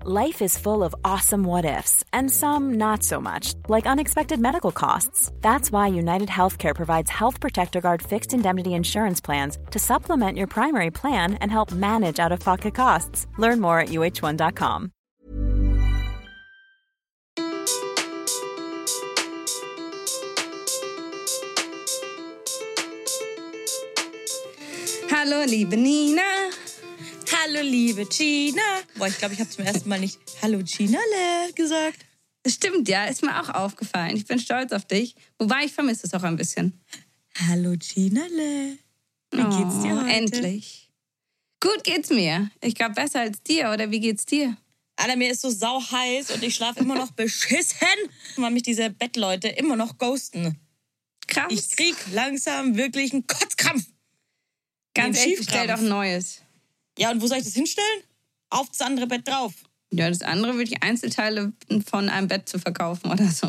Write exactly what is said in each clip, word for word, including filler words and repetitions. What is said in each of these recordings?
Life is full of awesome what-ifs, and some not so much, like unexpected medical costs. That's why United Healthcare provides Health Protector Guard fixed indemnity insurance plans to supplement your primary plan and help manage out-of-pocket costs. Learn more at U H one dot com. Hallo, liebe Nina. Hallo, liebe Gina. Boah, ich glaube, ich habe zum ersten Mal nicht Hallo, Ginale gesagt. Stimmt, ja, ist mir auch aufgefallen. Ich bin stolz auf dich. Wobei, ich vermisse es auch ein bisschen. Hallo, Ginale. Wie oh, geht's dir heute? Endlich. Gut geht's mir. Ich glaube, besser als dir. Oder wie geht's dir? Alter, mir ist so sau heiß und ich schlafe immer noch beschissen, weil mich diese Bettleute immer noch ghosten. Krass. Ich krieg langsam wirklich einen Kotzkrampf. Ganz Den ehrlich, bestell doch ein neues. Ja, und wo soll ich das hinstellen? Auf das andere Bett drauf. Ja, das andere würde ich Einzelteile von einem Bett zu verkaufen oder so.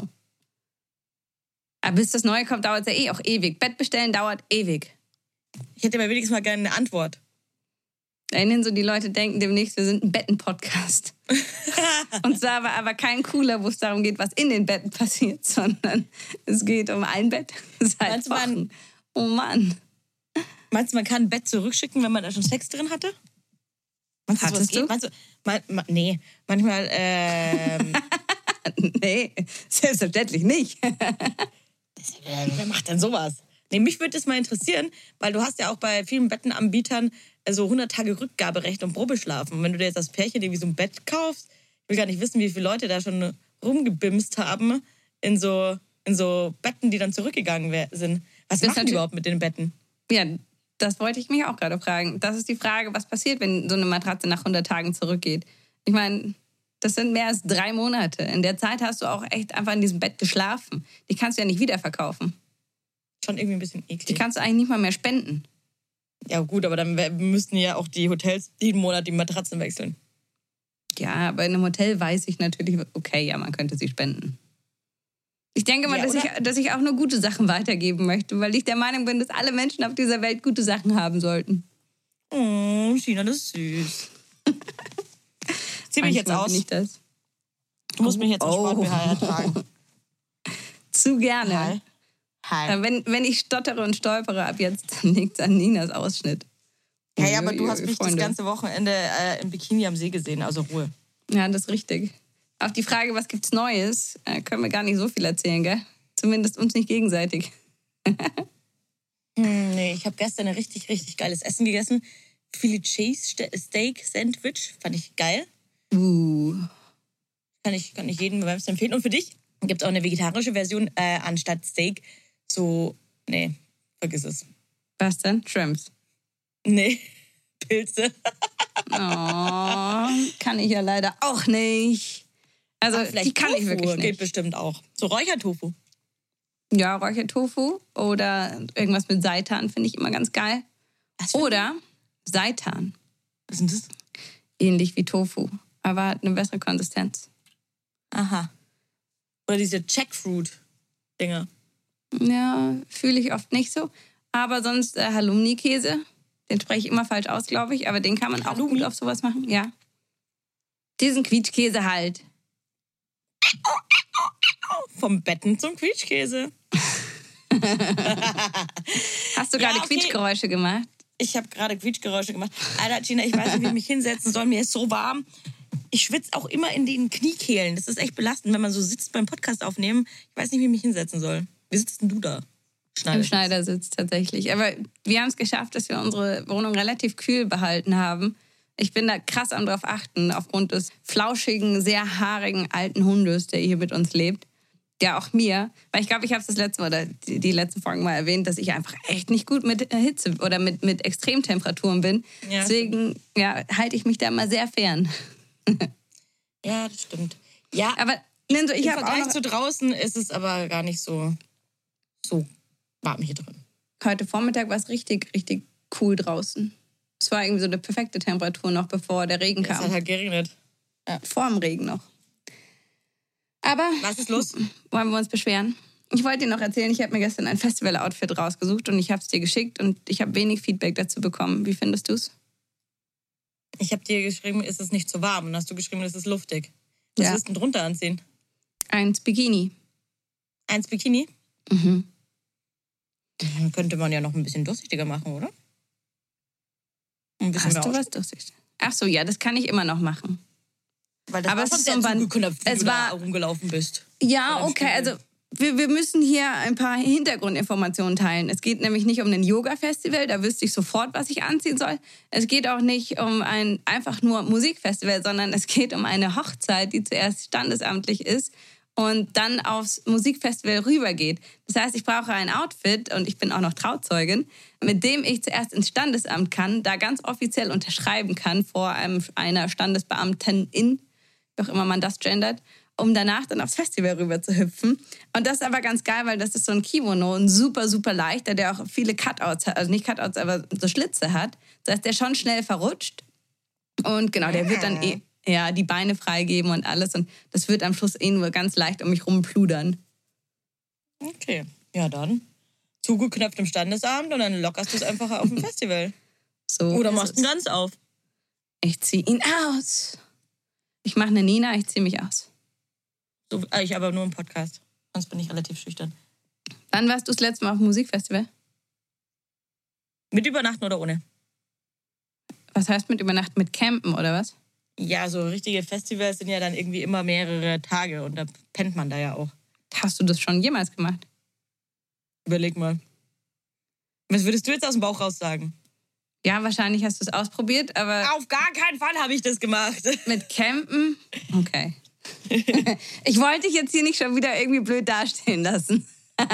Aber bis das Neue kommt, dauert es ja eh auch ewig. Bett bestellen dauert ewig. Ich hätte aber wenigstens mal gerne eine Antwort. Dahin so die Leute denken demnächst, wir sind ein Betten-Podcast. Und zwar aber, aber kein cooler, wo es darum geht, was in den Betten passiert, sondern es geht um ein Bett seit Wochen. Oh Mann. Meinst du, man kann ein Bett zurückschicken, wenn man da schon Sex drin hatte? Meinst du, Hattest du? Meinst du man, man, nee, manchmal, ähm... nee, selbstverständlich nicht. das, wer macht denn sowas? Nee, mich würde das mal interessieren, weil du hast ja auch bei vielen Bettenanbietern so hundert Tage Rückgaberecht und Probeschlafen. Und wenn du dir jetzt das Pärchen irgendwie so ein Bett kaufst, ich will gar nicht wissen, wie viele Leute da schon rumgebimst haben in so, in so Betten, die dann zurückgegangen sind. Was das machen die überhaupt mit den Betten? Ja, das wollte ich mich auch gerade fragen. Das ist die Frage, was passiert, wenn so eine Matratze nach hundert Tagen zurückgeht. Ich meine, das sind mehr als drei Monate. In der Zeit hast du auch echt einfach in diesem Bett geschlafen. Die kannst du ja nicht wiederverkaufen. Schon irgendwie ein bisschen eklig. Die kannst du eigentlich nicht mal mehr spenden. Ja gut, aber dann müssten ja auch die Hotels jeden Monat die Matratzen wechseln. Ja, aber in einem Hotel weiß ich natürlich, okay, ja, man könnte sie spenden. Ich denke mal, ja, dass, ich, dass ich auch nur gute Sachen weitergeben möchte, weil ich der Meinung bin, dass alle Menschen auf dieser Welt gute Sachen haben sollten. Oh, Gina, das ist süß. Zieh mich jetzt aus. Ich das. Du musst mich jetzt im oh. Sport-B H ertragen. Zu gerne. Hi. Hi. Wenn, wenn ich stottere und stolpere ab jetzt, dann liegt es an Ninas Ausschnitt. Ja, ja, aber du hast mich Freunde. das ganze Wochenende äh, im Bikini am See gesehen, also Ruhe. Ja, das ist richtig. Auf die Frage, was gibt's Neues, äh, können wir gar nicht so viel erzählen, gell? Zumindest uns nicht gegenseitig. hm, nee, ich habe gestern ein richtig, richtig geiles Essen gegessen. Philly Cheese Steak Sandwich, fand ich geil. Uh. Kann ich, kann ich jedem wärmstens empfehlen. Und für dich gibt es auch eine vegetarische Version äh, anstatt Steak. So, nee, vergiss es. Was denn? Shrimps? Nee, Pilze. Oh, kann ich ja leider auch nicht. Also, Ach, die kann Tofu ich wirklich nicht. Geht bestimmt auch. So Räuchertofu. Ja, Räuchertofu oder irgendwas mit Seitan finde ich immer ganz geil. Oder Seitan. Was ist denn das? Ähnlich wie Tofu, aber hat eine bessere Konsistenz. Aha. Oder diese Jackfruit-Dinger. Ja, fühle ich oft nicht so. Aber sonst äh, Halloumi-Käse. Den spreche ich immer falsch aus, glaube ich. Aber den kann man auch Halloumi? gut auf sowas machen. Ja. Diesen Quietschkäse halt. Vom Betten zum Quietschkäse. Hast du gerade ja, okay. Quietschgeräusche gemacht? Ich habe gerade Quietschgeräusche gemacht. Alter, Gina, ich weiß nicht, wie ich mich hinsetzen soll. Mir ist so warm. Ich schwitze auch immer in den Kniekehlen. Das ist echt belastend, wenn man so sitzt beim Podcast aufnehmen. Ich weiß nicht, wie ich mich hinsetzen soll. Wie sitzt denn du da? Schneidersitz. Im Schneidersitz tatsächlich. Aber wir haben es geschafft, dass wir unsere Wohnung relativ kühl behalten haben. Ich bin da krass am drauf achten, aufgrund des flauschigen, sehr haarigen alten Hundes, der hier mit uns lebt. Der auch mir, weil ich glaube, ich habe es das letzte Mal oder die, die letzten Folgen mal erwähnt, dass ich einfach echt nicht gut mit Hitze oder mit, mit Extremtemperaturen bin. Ja. Deswegen ja, halte ich mich da mal sehr fern. Ja, das stimmt. Ja, aber Linso, ich habe auch Vergleich zu draußen ist es aber gar nicht so, so warm hier drin. Heute Vormittag war es richtig, richtig cool draußen. Es war irgendwie so eine perfekte Temperatur noch, bevor der Regen kam. Es hat halt geregnet. Ja. Vor dem Regen noch. Aber was ist los? Wollen wir uns beschweren? Ich wollte dir noch erzählen, ich habe mir gestern ein Festival-Outfit rausgesucht und ich habe es dir geschickt und ich habe wenig Feedback dazu bekommen. Wie findest du es? Ich habe dir geschrieben, ist es nicht zu warm? Und hast du geschrieben, es ist luftig. Was Ja. willst du denn drunter anziehen? Eins Bikini. Eins Bikini? Mhm. Dann könnte man ja noch ein bisschen durchsichtiger machen, oder? Ein bisschen Hast du mehr was durchsichtig? Ach so, ja, das kann ich immer noch machen. Weil das Aber war es schon ist sehr so ein Band- zugeknöpft, wie es du war- da rumgelaufen bist. Ja, Oder okay, Stiefel. also wir, wir müssen hier ein paar Hintergrundinformationen teilen. Es geht nämlich nicht um ein Yoga-Festival, da wüsste ich sofort, was ich anziehen soll. Es geht auch nicht um ein einfach nur Musikfestival, sondern es geht um eine Hochzeit, die zuerst standesamtlich ist und dann aufs Musikfestival rübergeht. Das heißt, ich brauche ein Outfit und ich bin auch noch Trauzeugin, mit dem ich zuerst ins Standesamt kann, da ganz offiziell unterschreiben kann vor einem, einer Standesbeamtin, wie auch immer man das gendert, um danach dann aufs Festival rüber zu hüpfen. Und das ist aber ganz geil, weil das ist so ein Kimono, ein super, super leichter, der auch viele Cutouts hat, also nicht Cutouts, aber so Schlitze hat. Das heißt, der schon schnell verrutscht. Und genau, der wird dann eh ja, die Beine freigeben und alles. Und das wird am Schluss eh nur ganz leicht um mich rumpludern. Okay, ja dann. Zugeknöpft im Standesamt und dann lockerst du es einfach auf dem Festival. So Oder ist machst es. ihn ganz auf. Ich zieh ihn aus. Ich mache eine Nina, ich zieh mich aus. So, ah, ich aber nur im Podcast. Sonst bin ich relativ schüchtern. Wann warst du das letzte Mal auf dem Musikfestival? Mit Übernachten oder ohne? Was heißt mit Übernachten? Mit Campen oder was? Ja, so richtige Festivals sind ja dann irgendwie immer mehrere Tage und da pennt man da ja auch. Hast du das schon jemals gemacht? Überleg mal. Was würdest du jetzt aus dem Bauch raus sagen? Ja, wahrscheinlich hast du es ausprobiert, aber Auf gar keinen Fall habe ich das gemacht. mit Campen? Okay. Ich wollte dich jetzt hier nicht schon wieder irgendwie blöd dastehen lassen.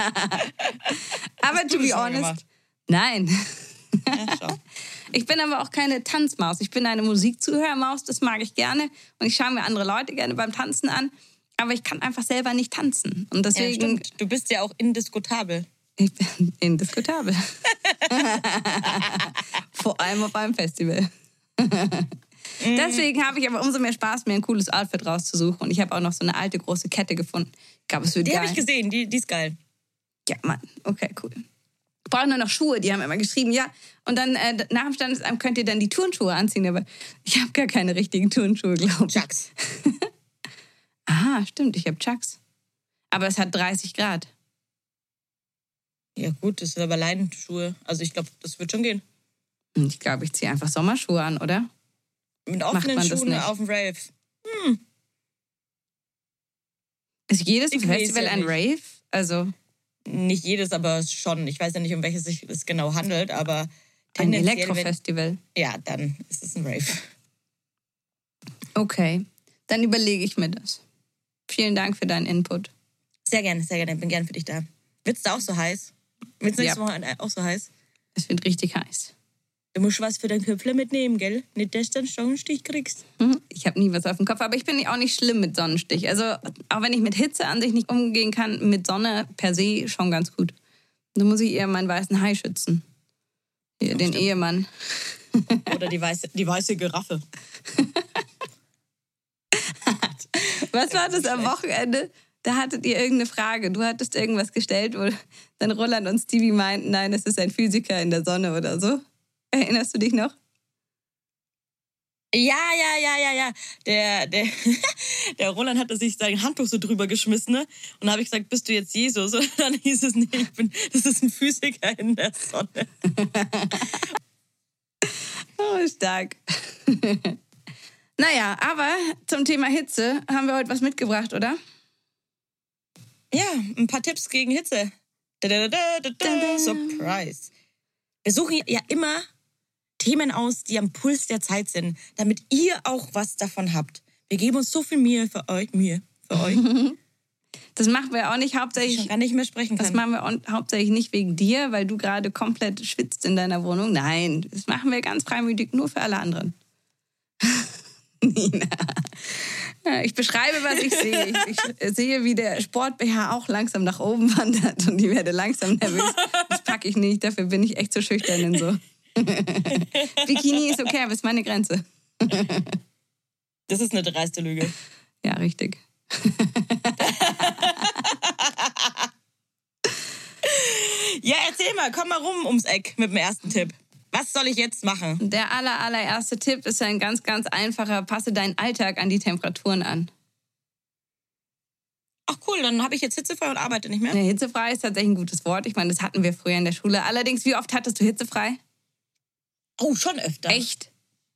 Aber du to be das schon mal honest, gemacht? nein. Ja, schau. Ich bin aber auch keine Tanzmaus. Ich bin eine Musikzuhörmaus, das mag ich gerne. Und ich schaue mir andere Leute gerne beim Tanzen an. Aber ich kann einfach selber nicht tanzen. Und Ja, deswegen, stimmt. Du bist ja auch indiskutabel. ich bin indiskutabel. Vor allem auf einem Festival. Deswegen habe ich aber umso mehr Spaß, mir ein cooles Outfit rauszusuchen. Und ich habe auch noch so eine alte große Kette gefunden. Ich glaube, es wird Die geil. habe ich gesehen, die, die ist geil. Ja, Mann. Okay, cool. Ich brauche nur noch Schuhe. Die haben immer geschrieben, ja. Und dann äh, nach dem Standesamt könnt ihr dann die Turnschuhe anziehen. Aber ich habe gar keine richtigen Turnschuhe, glaube ich. Chucks. Ah, stimmt. Ich habe Chucks. Aber es hat dreißig Grad. Ja gut, das sind aber Leinenschuhe. Also ich glaube, das wird schon gehen. Und ich glaube, ich ziehe einfach Sommerschuhe an, oder? Mit Macht offenen man das Schuhen nicht? auf dem Rave. Ist jedes Ich weiß Festival ja ein nicht. Rave? Also Nicht jedes, aber schon. Ich weiß ja nicht, um welches sich es genau handelt, aber ein tendenziell, Elektrofestival. wenn, ja, dann ist es ein Rave. Okay, dann überlege ich mir das. Vielen Dank für deinen Input. Sehr gerne, sehr gerne. Bin gern für dich da. Wird's da auch so heiß? Wird's nächstes Ja. Mal auch so heiß? Es wird richtig heiß. Du musst was für deinen Köpfler mitnehmen, gell? Nicht, dass du einen Sonnenstich kriegst. Mhm. Ich habe nie was auf dem Kopf, aber ich bin auch nicht schlimm mit Sonnenstich. Also auch wenn ich mit Hitze an sich nicht umgehen kann, mit Sonne per se schon ganz gut. Da muss ich eher meinen weißen Hai schützen. Hier, den stimmt. Ehemann. Oder die weiße, die weiße Giraffe. Was war das am Wochenende? Da hattet ihr irgendeine Frage. Du hattest irgendwas gestellt, wo dann Roland und Stevie meinten, nein, es ist ein Physiker in der Sonne oder so. Erinnerst du dich noch? Ja, ja, ja, ja, ja. Der, der, der Roland hatte sich sein Handtuch so drüber geschmissen, ne? Und da habe ich gesagt, bist du jetzt Jesus? Und dann hieß es, nee, ich bin, das ist ein Physiker in der Sonne. Oh, stark. Naja, aber zum Thema Hitze haben wir heute was mitgebracht, oder? Ja, ein paar Tipps gegen Hitze. Da, da, da, da, da, Surprise. Wir suchen ja immer Themen aus, die am Puls der Zeit sind, damit ihr auch was davon habt. Wir geben uns so viel Mühe für euch. Mühe für euch. Das machen wir auch nicht Ich hauptsächlich. schon gar nicht mehr sprechen Das kann. machen wir auch hauptsächlich nicht wegen dir, weil du gerade komplett schwitzt in deiner Wohnung. Nein, das machen wir ganz freimütig nur für alle anderen. Nina. Ja, ich beschreibe, was ich sehe. Ich, ich sehe, wie der Sport-B H auch langsam nach oben wandert und ich werde langsam nervös. Das packe ich nicht, dafür bin ich echt zu schüchtern und so. Bikini ist okay, aber ist meine Grenze. Das ist eine dreiste Lüge. Ja, richtig. Ja, erzähl mal, komm mal rum ums Eck mit dem ersten Tipp. Was soll ich jetzt machen? Der aller, allererste Tipp ist ein ganz, ganz einfacher. Passe deinen Alltag an die Temperaturen an. Ach cool, dann habe ich jetzt hitzefrei und arbeite nicht mehr. Nee, hitzefrei ist tatsächlich ein gutes Wort. Ich meine, das hatten wir früher in der Schule. Allerdings, wie oft hattest du hitzefrei? Oh, schon öfter. Echt?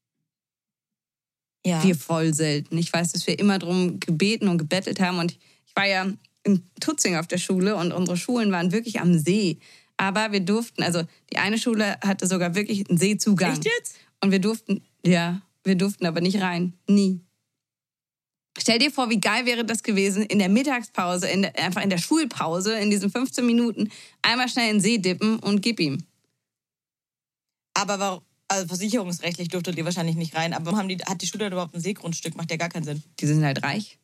Ja. Wir voll selten. Ich weiß, dass wir immer drum gebeten und gebettelt haben. Und ich war ja in Tutzing auf der Schule und unsere Schulen waren wirklich am See. Aber wir durften, also die eine Schule hatte sogar wirklich einen Seezugang. Echt jetzt? Und wir durften, ja, wir durften aber nicht rein. Nie. Stell dir vor, wie geil wäre das gewesen, in der Mittagspause, in der, einfach in der Schulpause, in diesen fünfzehn Minuten, einmal schnell in den See dippen und gib ihm. Aber warum? Also versicherungsrechtlich durftet ihr wahrscheinlich nicht rein. Aber haben die, hat die Schule überhaupt ein Seegrundstück? Macht ja gar keinen Sinn. Die sind halt reich.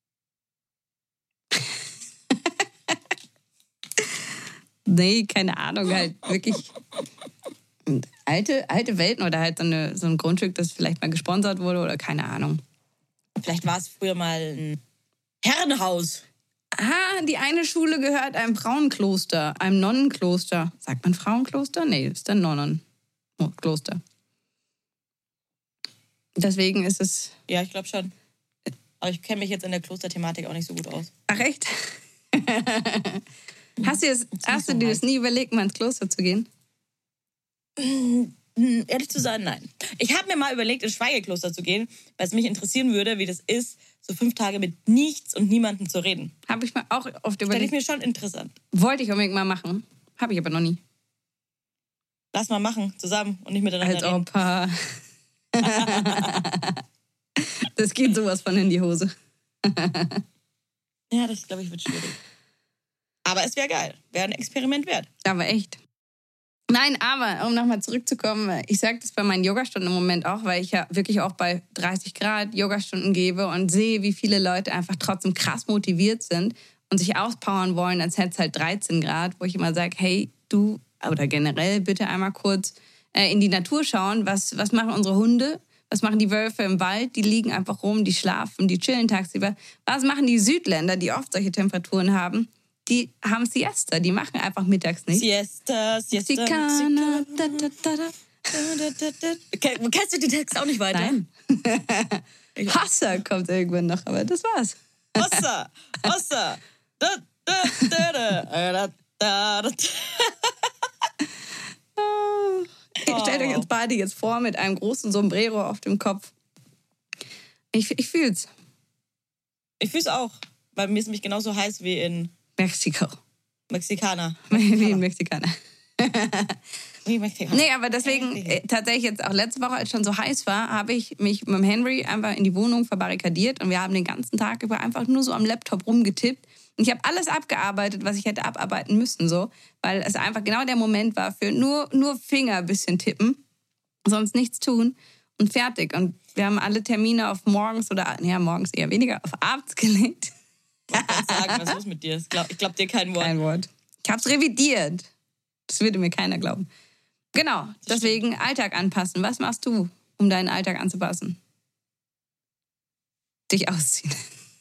Nee, keine Ahnung, halt wirklich alte, alte Welten oder halt so, eine, so ein Grundstück, das vielleicht mal gesponsert wurde oder keine Ahnung. Vielleicht war es früher mal ein Herrenhaus. Ah, die eine Schule gehört einem Frauenkloster, einem Nonnenkloster. Sagt man Frauenkloster? Nee, das ist ein Nonnenkloster. Deswegen ist es... Ja, ich glaube schon. Aber ich kenne mich jetzt in der Klosterthematik auch nicht so gut aus. Ach echt? Hast du, das, hast du dir das nie überlegt, mal ins Kloster zu gehen? Ehrlich zu sein, nein. Ich habe mir mal überlegt, ins Schweigekloster zu gehen, weil es mich interessieren würde, wie das ist, so fünf Tage mit nichts und niemandem zu reden. Habe ich mir auch oft Stelle überlegt. ich mir schon interessant. Wollte ich unbedingt mal machen. Habe ich aber noch nie. Lass mal machen, zusammen und nicht miteinander Als reden. Opa. Das geht sowas von in die Hose. Ja, das glaube ich wird schwierig. Aber es wäre geil. Wäre ein Experiment wert. Aber echt. Nein, aber um nochmal zurückzukommen, ich sage das bei meinen Yogastunden im Moment auch, weil ich ja wirklich auch bei dreißig Grad Yogastunden gebe und sehe, wie viele Leute einfach trotzdem krass motiviert sind und sich auspowern wollen, als hätte es halt dreizehn Grad, wo ich immer sage, hey, du, oder generell bitte einmal kurz äh, in die Natur schauen, was, was machen unsere Hunde, was machen die Wölfe im Wald, die liegen einfach rum, die schlafen, die chillen tagsüber. Was machen die Südländer, die oft solche Temperaturen haben? Die haben Siesta, die machen einfach mittags nichts. Siesta, Siesta. Sikana, da, da, da, da. Kennst du den Text auch nicht weiter? Nein. Hasser kommt irgendwann noch, aber das war's. Hossa, Hossa. Da, da, da, da, da, da. Stellt euch jetzt beide jetzt vor mit einem großen Sombrero auf dem Kopf. Ich, ich fühl's. Ich fühl's auch, weil mir ist nämlich genauso heiß wie in Mexiko. Mexikaner. Wie ein Mexikaner. Wie Mexikaner. Nee, aber deswegen, äh, tatsächlich jetzt auch letzte Woche, als es schon so heiß war, habe ich mich mit dem Henry einfach in die Wohnung verbarrikadiert und wir haben den ganzen Tag über einfach nur so am Laptop rumgetippt. Und ich habe alles abgearbeitet, was ich hätte abarbeiten müssen, so, weil es einfach genau der Moment war für nur, nur Finger ein bisschen tippen, sonst nichts tun und fertig. Und wir haben alle Termine auf morgens oder, ja, morgens eher weniger, auf abends gelegt. Ich kann sagen, was ist los mit dir? Ich glaube glaub dir kein Wort. Kein Wort. Ich habe es revidiert. Das würde mir keiner glauben. Genau, deswegen Alltag anpassen. Was machst du, um deinen Alltag anzupassen? Dich ausziehen.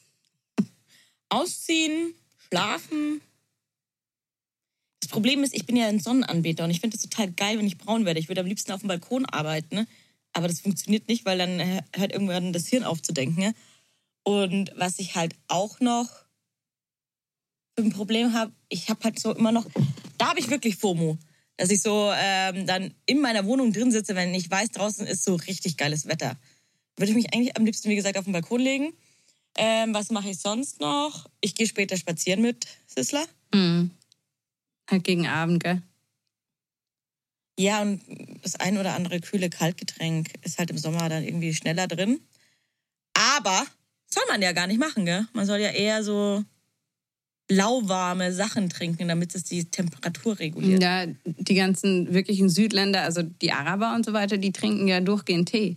Ausziehen, schlafen. Das Problem ist, ich bin ja ein Sonnenanbeter und ich finde es total geil, wenn ich braun werde. Ich würde am liebsten auf dem Balkon arbeiten, ne? Aber das funktioniert nicht, weil dann hört irgendwann das Hirn auf zu denken. Ne? Und was ich halt auch noch für ein Problem habe, ich habe halt so immer noch, da habe ich wirklich FOMO, dass ich so ähm, dann in meiner Wohnung drin sitze, wenn ich weiß, draußen ist so richtig geiles Wetter. Würde ich mich eigentlich am liebsten, wie gesagt, auf den Balkon legen. Ähm, was mache ich sonst noch? Ich gehe später spazieren mit Sisla. Mhm. Halt gegen Abend, gell? Ja, und das ein oder andere kühle Kaltgetränk ist halt im Sommer dann irgendwie schneller drin. Aber soll man ja gar nicht machen, gell? Man soll ja eher so lauwarme Sachen trinken, damit es die Temperatur reguliert. Ja, die ganzen wirklichen Südländer, also die Araber und so weiter, die trinken ja durchgehend Tee.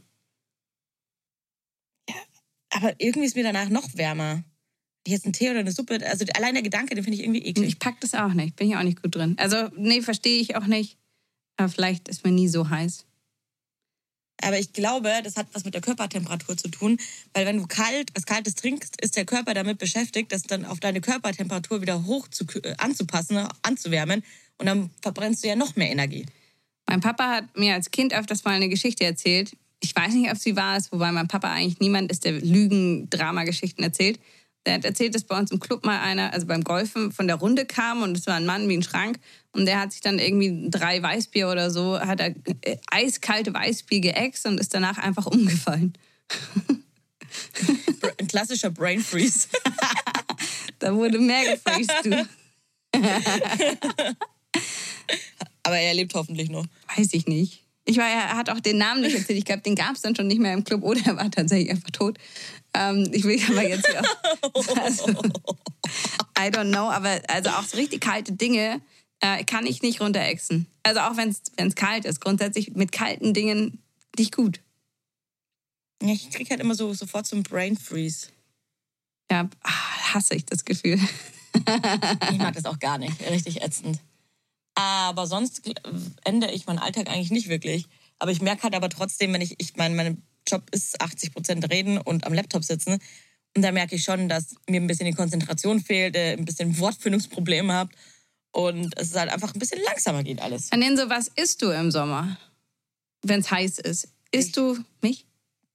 Ja, aber irgendwie ist mir danach noch wärmer. Jetzt ein Tee oder eine Suppe, also allein der Gedanke, den finde ich irgendwie eklig. Ich pack das auch nicht, bin ich auch nicht gut drin. Also, nee, verstehe ich auch nicht. Aber vielleicht ist mir nie so heiß. Aber ich glaube, das hat was mit der Körpertemperatur zu tun, weil wenn du kalt, was Kaltes trinkst, ist der Körper damit beschäftigt, das dann auf deine Körpertemperatur wieder hoch zu, äh, anzupassen, anzuwärmen und dann verbrennst du ja noch mehr Energie. Mein Papa hat mir als Kind öfters mal eine Geschichte erzählt. Ich weiß nicht, ob sie wahr ist, wobei mein Papa eigentlich niemand ist, der Lügen-Drama-Geschichten erzählt. Der hat erzählt, dass bei uns im Club mal einer, also beim Golfen, von der Runde kam und es war ein Mann wie ein Schrank und der hat sich dann irgendwie drei Weißbier oder so, hat er äh, eiskalte Weißbier geäxt und ist danach einfach umgefallen. Ein klassischer Brain Freeze. Da wurde mehr gefreezed, du. Aber er lebt hoffentlich noch. Weiß ich nicht. Ich war, er hat auch den Namen nicht erzählt. Ich glaube, den gab es dann schon nicht mehr im Club oder er war tatsächlich einfach tot. Ähm, ich will aber jetzt ja. Also, I don't know, aber also auch so richtig kalte Dinge äh, kann ich nicht runterexen. Also auch wenn es kalt ist. Grundsätzlich mit kalten Dingen nicht gut. Ja, ich krieg halt immer so sofort so einen Brain Freeze. Ja, ach, hasse ich das Gefühl. Ich mag das auch gar nicht. Richtig ätzend. Aber sonst ändere ich meinen Alltag eigentlich nicht wirklich. Aber ich merke halt aber trotzdem, wenn ich, ich meine, mein Job ist achtzig Prozent reden und am Laptop sitzen. Und da merke ich schon, dass mir ein bisschen die Konzentration fehlt, ein bisschen Wortfindungsprobleme habe. Und es halt einfach ein bisschen langsamer geht alles. Annenso, was isst du im Sommer, wenn es heiß ist? Isst ich. du mich?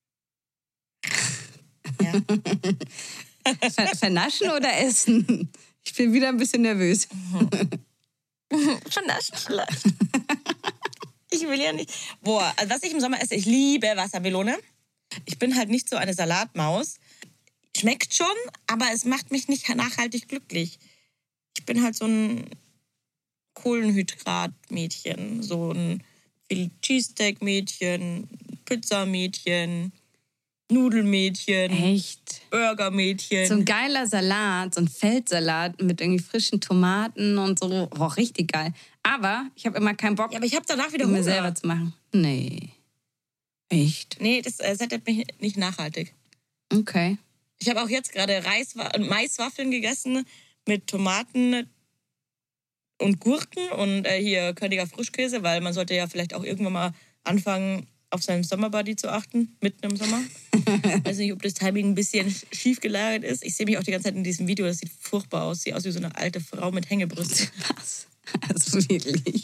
Ja. Ver- vernaschen oder essen? Ich bin wieder ein bisschen nervös. Vernaschen vielleicht. Ich will ja nicht. Boah, also was ich im Sommer esse, ich liebe Wassermelone. Ich bin halt nicht so eine Salatmaus. Schmeckt schon, aber es macht mich nicht nachhaltig glücklich. Ich bin halt so ein Kohlenhydrat-Mädchen, so ein Cheesesteak-Mädchen, Pizza-Mädchen, Nudelmädchen. Echt? Burgermädchen. So ein geiler Salat, so ein Feldsalat mit irgendwie frischen Tomaten und so. Oh, richtig geil. Aber ich habe immer keinen Bock, Ja, aber ich habe danach wieder um Hunger. mir selber zu machen. Nee. Echt? Nee, das äh, sättigt mich nicht nachhaltig. Okay. Ich habe auch jetzt gerade Reis- und Maiswaffeln gegessen mit Tomaten und Gurken und äh, hier Königer Frischkäse, weil man sollte ja vielleicht auch irgendwann mal anfangen, auf seinen Sommerbody zu achten, mitten im Sommer. Ich weiß nicht, ob das Timing ein bisschen schief gelagert ist. Ich sehe mich auch die ganze Zeit in diesem Video, das sieht furchtbar aus. Sieht aus wie so eine alte Frau mit Hängebrüsten. Was? Also wirklich.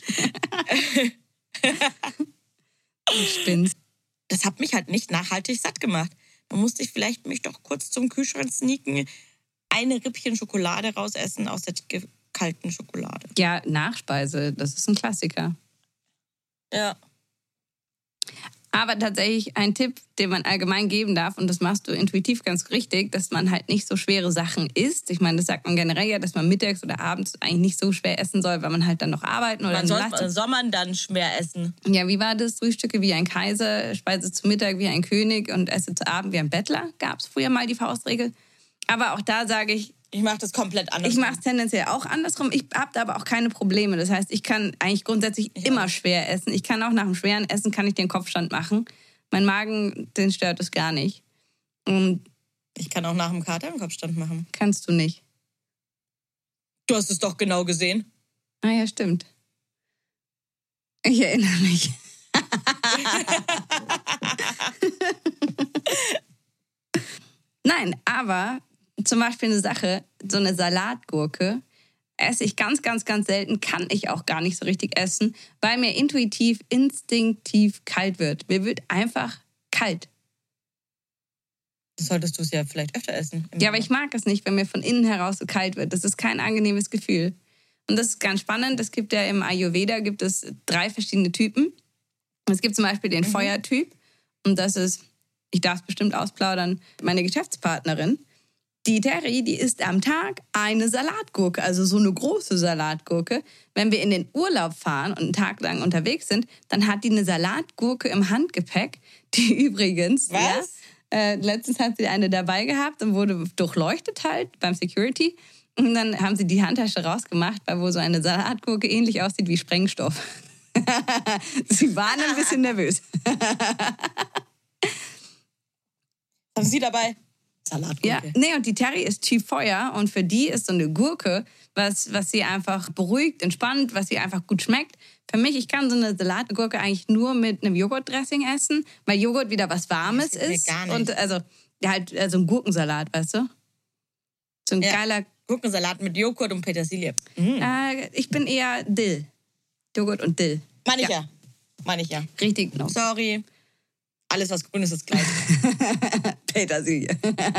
Du spinnst. Das hat mich halt nicht nachhaltig satt gemacht. Da musste ich vielleicht mich doch kurz zum Kühlschrank sneaken, eine Rippchen Schokolade rausessen aus der kalten Schokolade. Ja, Nachspeise, das ist ein Klassiker. Ja. Aber tatsächlich ein Tipp, den man allgemein geben darf, und das machst du intuitiv ganz richtig, dass man halt nicht so schwere Sachen isst. Ich meine, das sagt man generell ja, dass man mittags oder abends eigentlich nicht so schwer essen soll, weil man halt dann noch arbeiten oder... Man soll, soll man dann schwer essen. Ja, wie war das? Frühstücke wie ein Kaiser, Speise zu Mittag wie ein König und esse zu Abend wie ein Bettler. Gab es früher mal die Faustregel. Aber auch da sage ich... Ich mache das komplett anders. Ich mache es tendenziell auch andersrum. Ich habe da aber auch keine Probleme. Das heißt, ich kann eigentlich grundsätzlich ich immer auch. schwer essen. Ich kann auch nach dem schweren Essen kann ich den Kopfstand machen. Mein Magen, den stört es gar nicht. Und ich kann auch nach dem Kater einen Kopfstand machen. kannst du nicht. Du hast es doch genau gesehen. Ah ja, stimmt. Ich erinnere mich. Nein, aber zum Beispiel eine Sache, so eine Salatgurke esse ich ganz, ganz, ganz selten, kann ich auch gar nicht so richtig essen, weil mir intuitiv, instinktiv kalt wird. Mir wird einfach kalt. Solltest du es ja vielleicht öfter essen. Ja, aber ich mag es nicht, wenn mir von innen heraus so kalt wird. Das ist kein angenehmes Gefühl. Und das ist ganz spannend. Es gibt ja im Ayurveda gibt es drei verschiedene Typen. Es gibt zum Beispiel den mhm. Feuertyp. Und das ist, ich darf es bestimmt ausplaudern, meine Geschäftspartnerin. Die Terry, die isst am Tag eine Salatgurke, also so eine große Salatgurke. Wenn wir in den Urlaub fahren und einen Tag lang unterwegs sind, dann hat die eine Salatgurke im Handgepäck, die übrigens... Was? Ja, äh, letztens hat sie eine dabei gehabt und wurde durchleuchtet halt beim Security. Und dann haben sie die Handtasche rausgemacht, weil wo so eine Salatgurke ähnlich aussieht wie Sprengstoff. Sie waren ein bisschen nervös. Haben Sie dabei? Salatgurke. Ja, nee, und die Terry ist Typ Feuer und für die ist so eine Gurke, was, was sie einfach beruhigt, entspannt, was sie einfach gut schmeckt. Für mich, ich kann so eine Salatgurke eigentlich nur mit einem Joghurtdressing essen, weil Joghurt wieder was Warmes das ist. Gar nicht. Und also, ja, halt äh, so ein Gurkensalat, weißt du? So ein ja. geiler... Gurkensalat mit Joghurt und Petersilie. Mm. Äh, ich bin eher Dill. Joghurt und Dill. Meine ich ja. ja. Meine ich ja. Richtig noch. Sorry. Alles, was grün ist, ist gleich. Petersilie.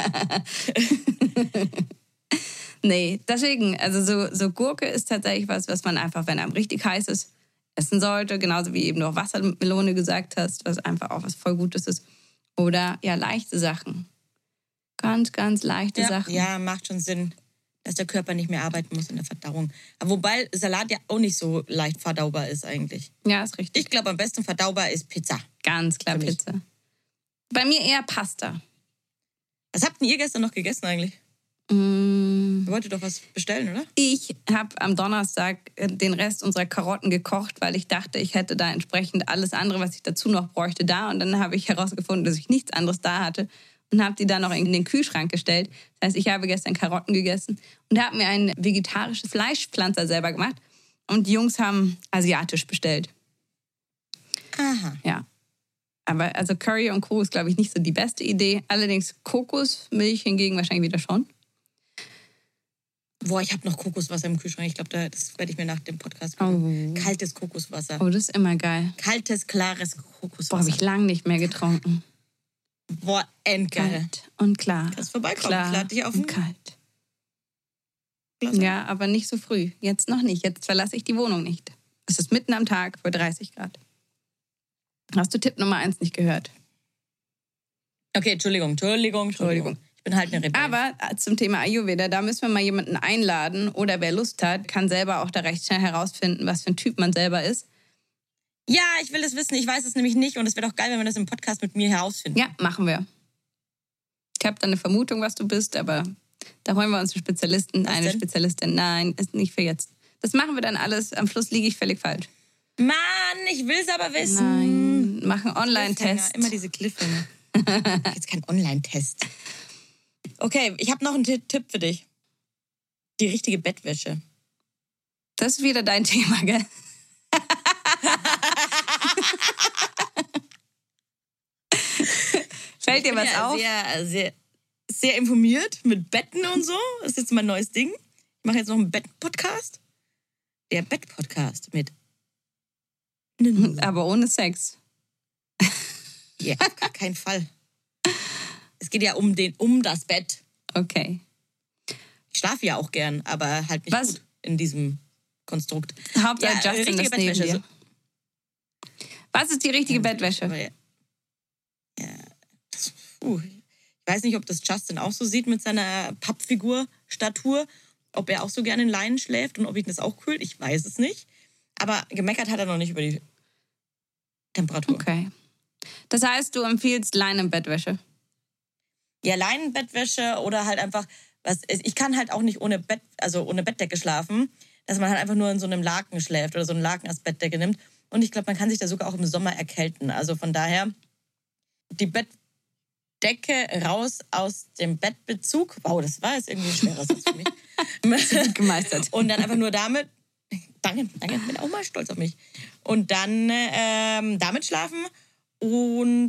Nee, deswegen, also so, so Gurke ist tatsächlich was, was man einfach, wenn einem richtig heiß ist, essen sollte. Genauso wie eben noch Wassermelone gesagt hast, was einfach auch was voll Gutes ist. Oder ja, leichte Sachen. Ganz, ganz leichte ja, Sachen. Ja, macht schon Sinn, dass der Körper nicht mehr arbeiten muss in der Verdauung. Aber wobei Salat ja auch nicht so leicht verdaubar ist eigentlich. Ja, ist richtig. Ich glaube, am besten verdaubar ist Pizza. Ganz klar Pizza. Bei mir eher Pasta. Was habt denn ihr gestern noch gegessen eigentlich? Mm. Ihr wolltet doch was bestellen, oder? Ich habe am Donnerstag den Rest unserer Karotten gekocht, weil ich dachte, ich hätte da entsprechend alles andere, was ich dazu noch bräuchte, da. Und dann habe ich herausgefunden, dass ich nichts anderes da hatte und habe die dann noch in den Kühlschrank gestellt. Das heißt, ich habe gestern Karotten gegessen und habe mir ein vegetarisches Fleischpflanzer selber gemacht. Und die Jungs haben asiatisch bestellt. Aha. Ja. Aber also Curry und Co. ist, glaube ich, nicht so die beste Idee. Allerdings Kokosmilch hingegen wahrscheinlich wieder schon. Boah, ich habe noch Kokoswasser im Kühlschrank. Ich glaube, das werde ich mir nach dem Podcast machen. Oh. Kaltes Kokoswasser. Oh, das ist immer geil. Kaltes, klares Kokoswasser. Boah, habe ich lange nicht mehr getrunken. Boah, endgeil. Kalt und klar. Kannst vorbeikommen. Klar ich lade dich auf und kalt. Ja, aber nicht so früh. Jetzt noch nicht. Jetzt verlasse ich die Wohnung nicht. Es ist mitten am Tag bei dreißig Grad. Hast du Tipp Nummer eins nicht gehört? Okay, Entschuldigung, Entschuldigung, Entschuldigung. Ich bin halt eine Rebell. Aber zum Thema Ayurveda, da müssen wir mal jemanden einladen oder wer Lust hat, kann selber auch da recht schnell herausfinden, was für ein Typ man selber ist. Ja, ich will es wissen. Ich weiß es nämlich nicht und es wäre doch geil, wenn wir das im Podcast mit mir herausfinden. Ja, machen wir. Ich habe da eine Vermutung, was du bist, aber da holen wir uns einen Spezialisten, was eine denn? Spezialistin. Nein, ist nicht für jetzt. Das machen wir dann alles. Am Schluss liege ich völlig falsch. Mann, ich will es aber wissen. Nein, machen Online-Test. Immer diese Cliffhanger. Jetzt kein Online-Test. Okay, ich habe noch einen Tipp für dich. Die richtige Bettwäsche. Das ist wieder dein Thema, gell? Fällt dir was ja auf? Sehr, sehr, sehr informiert mit Betten und so. Das ist jetzt mein neues Ding. Ich mache jetzt noch einen Bett-Podcast. Der Bett-Podcast mit... Aber ohne Sex. Ja, auf gar keinen Fall. Es geht ja um, den, um das Bett. Okay. Ich schlafe ja auch gern, aber halt nicht Was? gut in diesem Konstrukt. Hauptsache Ja, Justin richtige ist neben Bettwäsche. dir. Was ist die richtige Ja, Bettwäsche? aber ja, ja, das, uh, ich weiß nicht, ob das Justin auch so sieht mit seiner Pappfigur-Statur. Ob er auch so gerne in Leinen schläft und ob ihn das auch kühlt. Ich weiß es nicht. Aber gemeckert hat er noch nicht über die Temperatur. Okay. Das heißt, du empfiehlst Leinenbettwäsche? Ja, Leinenbettwäsche oder halt einfach, was, ich kann halt auch nicht ohne Bett, also ohne Bettdecke schlafen, dass man halt einfach nur in so einem Laken schläft oder so einen Laken als Bettdecke nimmt. Und ich glaube, man kann sich da sogar auch im Sommer erkälten. Also von daher, die Bettdecke raus aus dem Bettbezug. Wow, das war jetzt irgendwie ein schwerer Satz für mich. Gemeistert. Und dann einfach nur damit, danke, danke, ich bin auch mal stolz auf mich. Und dann ähm, damit schlafen. Und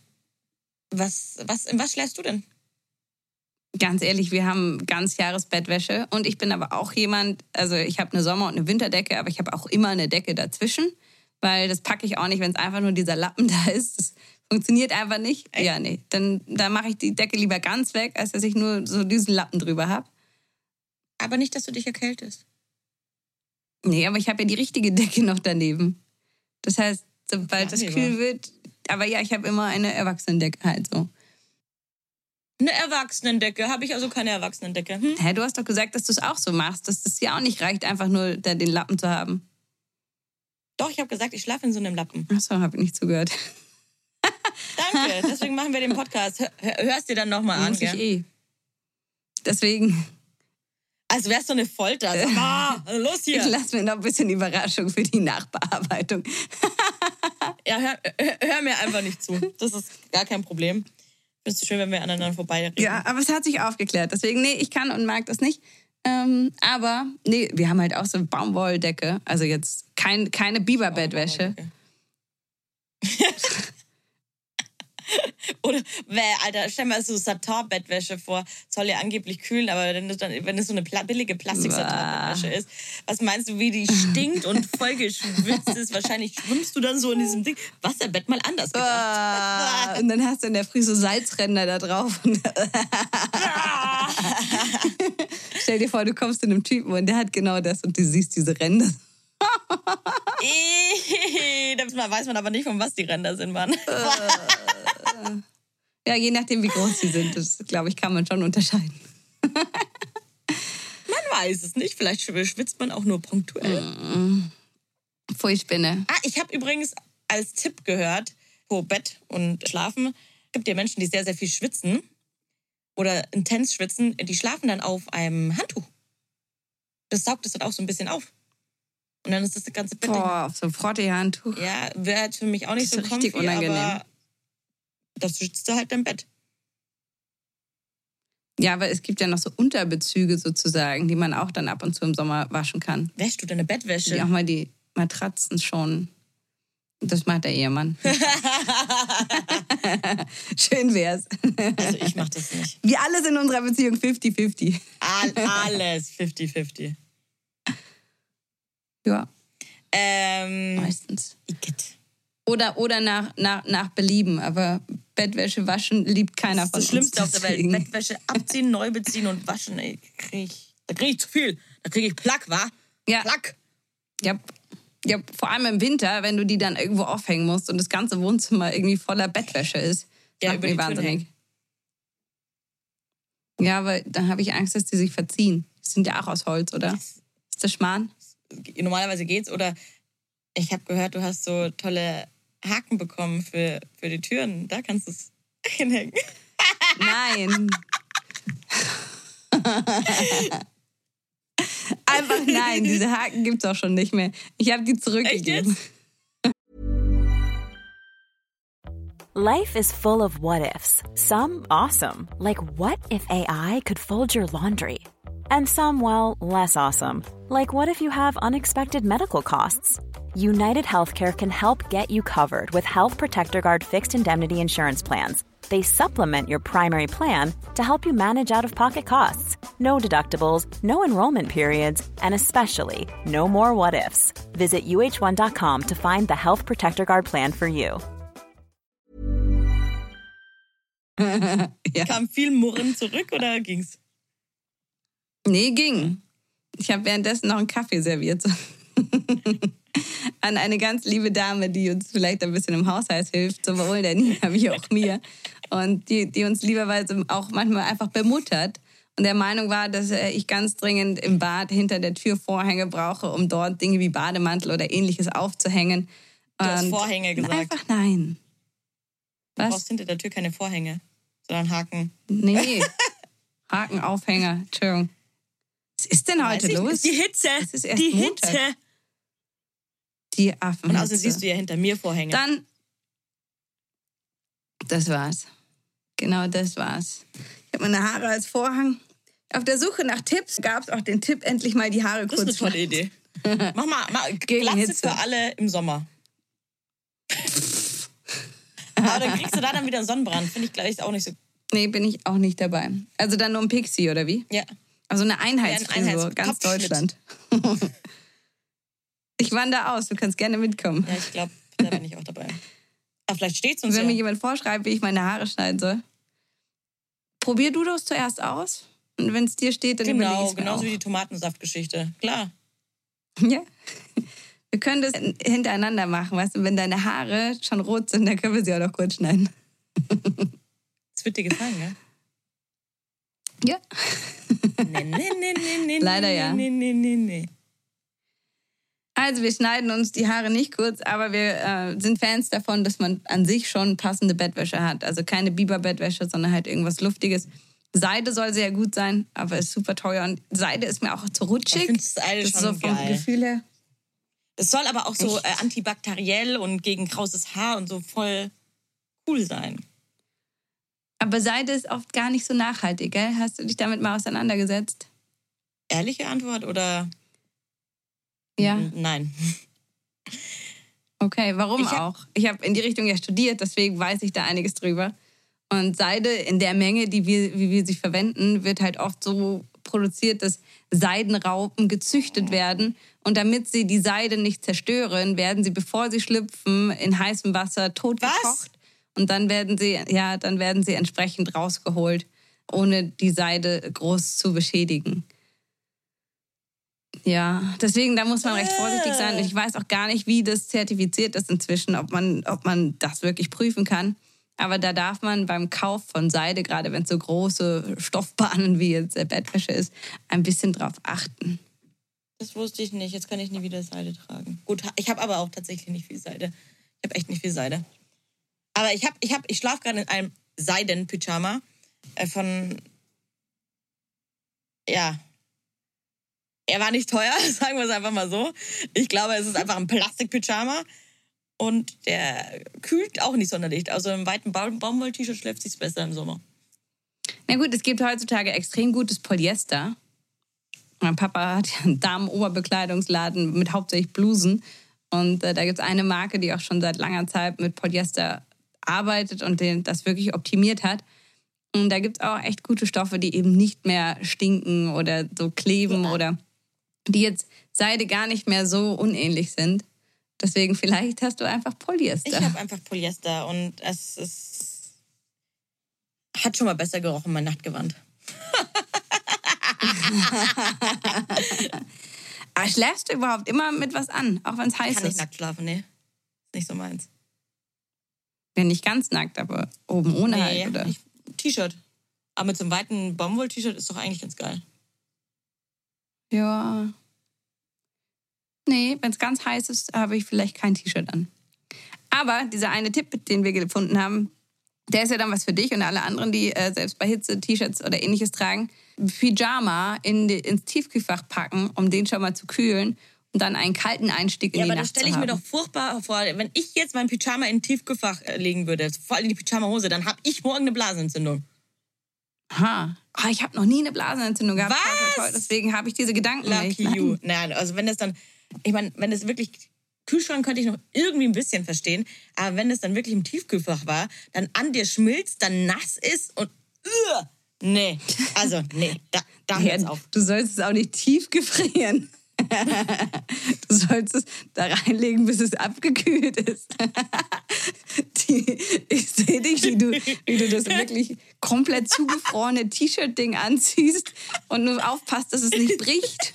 was, was, in was schläfst du denn? Ganz ehrlich, wir haben ganz Jahresbettwäsche und ich bin aber auch jemand, also ich habe eine Sommer- und eine Winterdecke, aber ich habe auch immer eine Decke dazwischen, weil das packe ich auch nicht, wenn es einfach nur dieser Lappen da ist. Das funktioniert einfach nicht. Ey. Ja, nee, dann, dann mache ich die Decke lieber ganz weg, als dass ich nur so diesen Lappen drüber habe. Aber nicht, dass du dich erkältest. Nee, aber ich habe ja die richtige Decke noch daneben. Das heißt, sobald es kühl wird, aber ja, ich habe immer eine Erwachsenendecke halt so. Eine Erwachsenendecke? Habe ich also keine Erwachsenendecke? Hm? Hä, du hast doch gesagt, dass du es auch so machst, dass das ja auch nicht reicht, einfach nur da den Lappen zu haben. Doch, ich habe gesagt, ich schlafe in so einem Lappen. Ach so, habe ich nicht zugehört. Danke, deswegen machen wir den Podcast. Hör, hörst dir dann nochmal an, Muss ich gell? eh. Deswegen. Als wär's so eine Folter. So, ah, los hier. Ich lasse mir noch ein bisschen Überraschung für die Nachbearbeitung. Ja, hör, hör, hör mir einfach nicht zu. Das ist gar kein Problem. Ich finde es schön, wenn wir aneinander vorbeireden. Ja, aber es hat sich aufgeklärt. Deswegen, nee, ich kann und mag das nicht. Ähm, aber, nee, wir haben halt auch so eine Baumwolldecke. Also jetzt kein, keine Biberbettwäsche. Oder, Alter, stell mal so Satin-Bettwäsche vor. Soll ja angeblich kühlen, aber wenn es, dann, wenn es so eine pla- billige Plastik-Satin-Bettwäsche ist, was meinst du, wie die stinkt und voll geschwitzt ist? Wahrscheinlich schwimmst du dann so in diesem Ding. Wasserbett mal anders gedacht. Und dann hast du in der Früh so Salzränder da drauf. Stell dir vor, du kommst zu einem Typen und der hat genau das und du siehst diese Ränder. Da weiß man aber nicht, von was die Ränder sind, Mann. Ja, je nachdem, wie groß sie sind, das, glaube ich, kann man schon unterscheiden. Man weiß es nicht. Vielleicht schwitzt man auch nur punktuell. Mm. Pfui, Spinne. Ah, ich habe übrigens als Tipp gehört, vor Bett und Schlafen, es gibt ja Menschen, die sehr, sehr viel schwitzen oder intens schwitzen, die schlafen dann auf einem Handtuch. Das saugt es dann auch so ein bisschen auf. Und dann ist das, das ganze Bett... Boah, auf so ein Frottee-Handtuch. Ja, wäre für mich auch nicht das so richtig comfy, unangenehm. aber das schützt du halt dein Bett. Ja, aber es gibt ja noch so Unterbezüge sozusagen, die man auch dann ab und zu im Sommer waschen kann. Wäschst du deine Bettwäsche? Die auch mal die Matratzen schon. Das macht der Ehemann. Schön wär's. Also ich mach das nicht. Wir alle sind in unserer Beziehung fifty fifty. All, alles fifty fifty. Ja. Ähm, Meistens. Igitt. Oder, oder nach, nach, nach Belieben. Aber Bettwäsche waschen liebt keiner von Das ist das uns. Schlimmste auf der Welt. deswegen. Bettwäsche abziehen, neu beziehen und waschen. Ey, krieg ich, da kriege ich zu viel. Da kriege ich Plack, wa? Ja. Plack. Ja. Ja, vor allem im Winter, wenn du die dann irgendwo aufhängen musst und das ganze Wohnzimmer irgendwie voller Bettwäsche ist. Das Ja, macht über mich die Türen wahnsinnig. Ja, aber dann habe ich Angst, dass die sich verziehen. Die sind ja auch aus Holz, oder? Ist das Schmarrn? Normalerweise geht's. Oder ich habe gehört, du hast so tolle Haken bekommen für, für die Türen. Da kannst du es hinhängen. Nein. Einfach nein, diese Haken gibt's auch schon nicht mehr. Ich habe die zurückgegeben. Life is full of what ifs. Some awesome, like what if A I could fold your laundry? And some, well, less awesome, like what if you have unexpected medical costs? United Healthcare can help get you covered with Health Protector Guard fixed indemnity insurance plans. They supplement your primary plan to help you manage out-of-pocket costs. No deductibles, no enrollment periods, and especially no more what-ifs. Visit U H one dot com to find the Health Protector Guard plan for you. Ja. Kam viel Murren zurück oder ging's? Nee, ging. Ich habe währenddessen noch einen Kaffee serviert. An eine ganz liebe Dame, die uns vielleicht ein bisschen im Haushalt hilft, sowohl der Nina wie auch mir. Und die, die uns lieberweise auch manchmal einfach bemuttert. Und der Meinung war, dass ich ganz dringend im Bad hinter der Tür Vorhänge brauche, um dort Dinge wie Bademantel oder Ähnliches aufzuhängen. Du hast Und Vorhänge gesagt. Einfach nein. Du Was? brauchst hinter der Tür keine Vorhänge, sondern Haken. Nee. Hakenaufhänger. Entschuldigung. Was ist denn heute Weiß ich los? nicht. Die Hitze. Es ist erst Die Montag. Hitze. Die Affen. Und außerdem siehst du ja hinter mir Vorhänge. Dann, das war's. Genau das war's. Ich habe meine Haare als Vorhang. Auf der Suche nach Tipps gab es auch den Tipp, endlich mal die Haare Das kurz ist eine tolle Idee. Mach mal, mal Gegen Glatze Hitze. für alle im Sommer. Aber dann kriegst du da dann wieder einen Sonnenbrand. Finde ich, glaube ich, auch nicht so. Nee, bin ich auch nicht dabei. Also dann nur ein Pixie, oder wie? Ja. Also eine Einheitsfrisur, Ja, ein ganz Einheits- Deutschland. Ich wandere aus, du kannst gerne mitkommen. Ja, ich glaube, da bin ich auch dabei. Aber vielleicht steht's uns Wenn ja. mir jemand vorschreibt, wie ich meine Haare schneiden soll, probier du das zuerst aus. Und wenn es dir steht, dann überlege Genau, ich mir genauso auch. wie die Tomatensaftgeschichte. Klar. Ja. Wir können das hintereinander machen, weißt du, wenn deine Haare schon rot sind, dann können wir sie auch noch kurz schneiden. Das wird dir gefallen, ne? Ja. Nee, nee, nee, nee, nee, Leider nee, ja. Nee, nee, nee, nee. Also wir schneiden uns die Haare nicht kurz, aber wir äh, sind Fans davon, dass man an sich schon passende Bettwäsche hat. Also keine Biberbettwäsche, sondern halt irgendwas Luftiges. Seide soll sehr gut sein, aber ist super teuer. Und Seide ist mir auch zu rutschig. Ich finde Seide das ist schon so vom geil. Gefühl her. Es soll aber auch so Echt? äh, antibakteriell und gegen krauses Haar und so voll cool sein. Aber Seide ist oft gar nicht so nachhaltig, gell? Hast du dich damit mal auseinandergesetzt? Ehrliche Antwort oder? Ja. N- Nein. Okay, warum Ich hab- auch? Ich habe in die Richtung ja studiert, deswegen weiß ich da einiges drüber. Und Seide in der Menge, die wir, wie wir sie verwenden, wird halt oft so produziert, dass Seidenraupen gezüchtet werden. Und damit sie die Seide nicht zerstören, werden sie, bevor sie schlüpfen, in heißem Wasser totgekocht. Was? Und dann werden sie, ja, dann werden sie entsprechend rausgeholt, ohne die Seide groß zu beschädigen. Ja, deswegen, da muss man recht vorsichtig sein. Und ich weiß auch gar nicht, wie das zertifiziert ist inzwischen, ob man, ob man das wirklich prüfen kann. Aber da darf man beim Kauf von Seide, gerade wenn es so große Stoffbahnen wie jetzt der Bettwäsche ist, ein bisschen drauf achten. Das wusste ich nicht. Jetzt kann ich nie wieder Seide tragen. Gut, ich habe aber auch tatsächlich nicht viel Seide. Ich habe echt nicht viel Seide. Aber ich habe, ich habe, ich schlafe gerade in einem Seiden-Pyjama äh, von, ja, er war nicht teuer, sagen wir es einfach mal so. Ich glaube, es ist einfach ein Plastik-Pyjama und der kühlt auch nicht sonderlich. Also im weiten Baum- Baumwoll-T-Shirt schläft sich's besser im Sommer. Na gut, es gibt heutzutage extrem gutes Polyester. Mein Papa hat ja einen Damen-Oberbekleidungsladen mit hauptsächlich Blusen. Und äh, da gibt es eine Marke, die auch schon seit langer Zeit mit Polyester arbeitet und den, das wirklich optimiert hat. Und da gibt es auch echt gute Stoffe, die eben nicht mehr stinken oder so kleben Ja. oder die jetzt Seide gar nicht mehr so unähnlich sind. Deswegen vielleicht hast du einfach Polyester. Ich habe einfach Polyester und es ist, hat schon mal besser gerochen, mein Nachtgewand. Aber schläfst du überhaupt immer mit was an, auch wenn es heiß Kann nicht ist? nackt schlafen, nee. Ist nicht so meins. Ja, nicht ganz nackt, aber oben ohne Nee, halt, oder? ich- T-Shirt. Aber mit so einem weiten Baumwoll-T-Shirt ist doch eigentlich ganz geil. Ja. Nee, wenn es ganz heiß ist, habe ich vielleicht kein T-Shirt an. Aber dieser eine Tipp, den wir gefunden haben, der ist ja dann was für dich und alle anderen, die äh, selbst bei Hitze T-Shirts oder ähnliches tragen. Pyjama in die, ins Tiefkühlfach packen, um den schon mal zu kühlen und dann einen kalten Einstieg in Ja, die aber das Nacht stelle zu ich mir doch haben. furchtbar vor. Wenn ich jetzt mein Pyjama in ein Tiefkühlfach äh, legen würde, vor allem die Pyjama-Hose, dann habe ich morgen eine Blasenentzündung. Aha. Oh, ich habe noch nie eine Blasenentzündung gehabt. Was? Toll, toll, toll. Deswegen habe ich diese Gedanken Lucky nicht. Nein. you. Nein, also wenn das dann, ich meine, wenn das wirklich, Kühlschrank könnte ich noch irgendwie ein bisschen verstehen, aber wenn das dann wirklich im Tiefkühlfach war, dann an dir schmilzt, dann nass ist und, uh, nee, also nee, da, da hört's Ja, auf. du sollst es auch nicht tief gefrieren. Du sollst es da reinlegen, bis es abgekühlt ist. Die, ich sehe dich, wie du, wie du das wirklich komplett zugefrorene T-Shirt-Ding anziehst und nur aufpasst, dass es nicht bricht.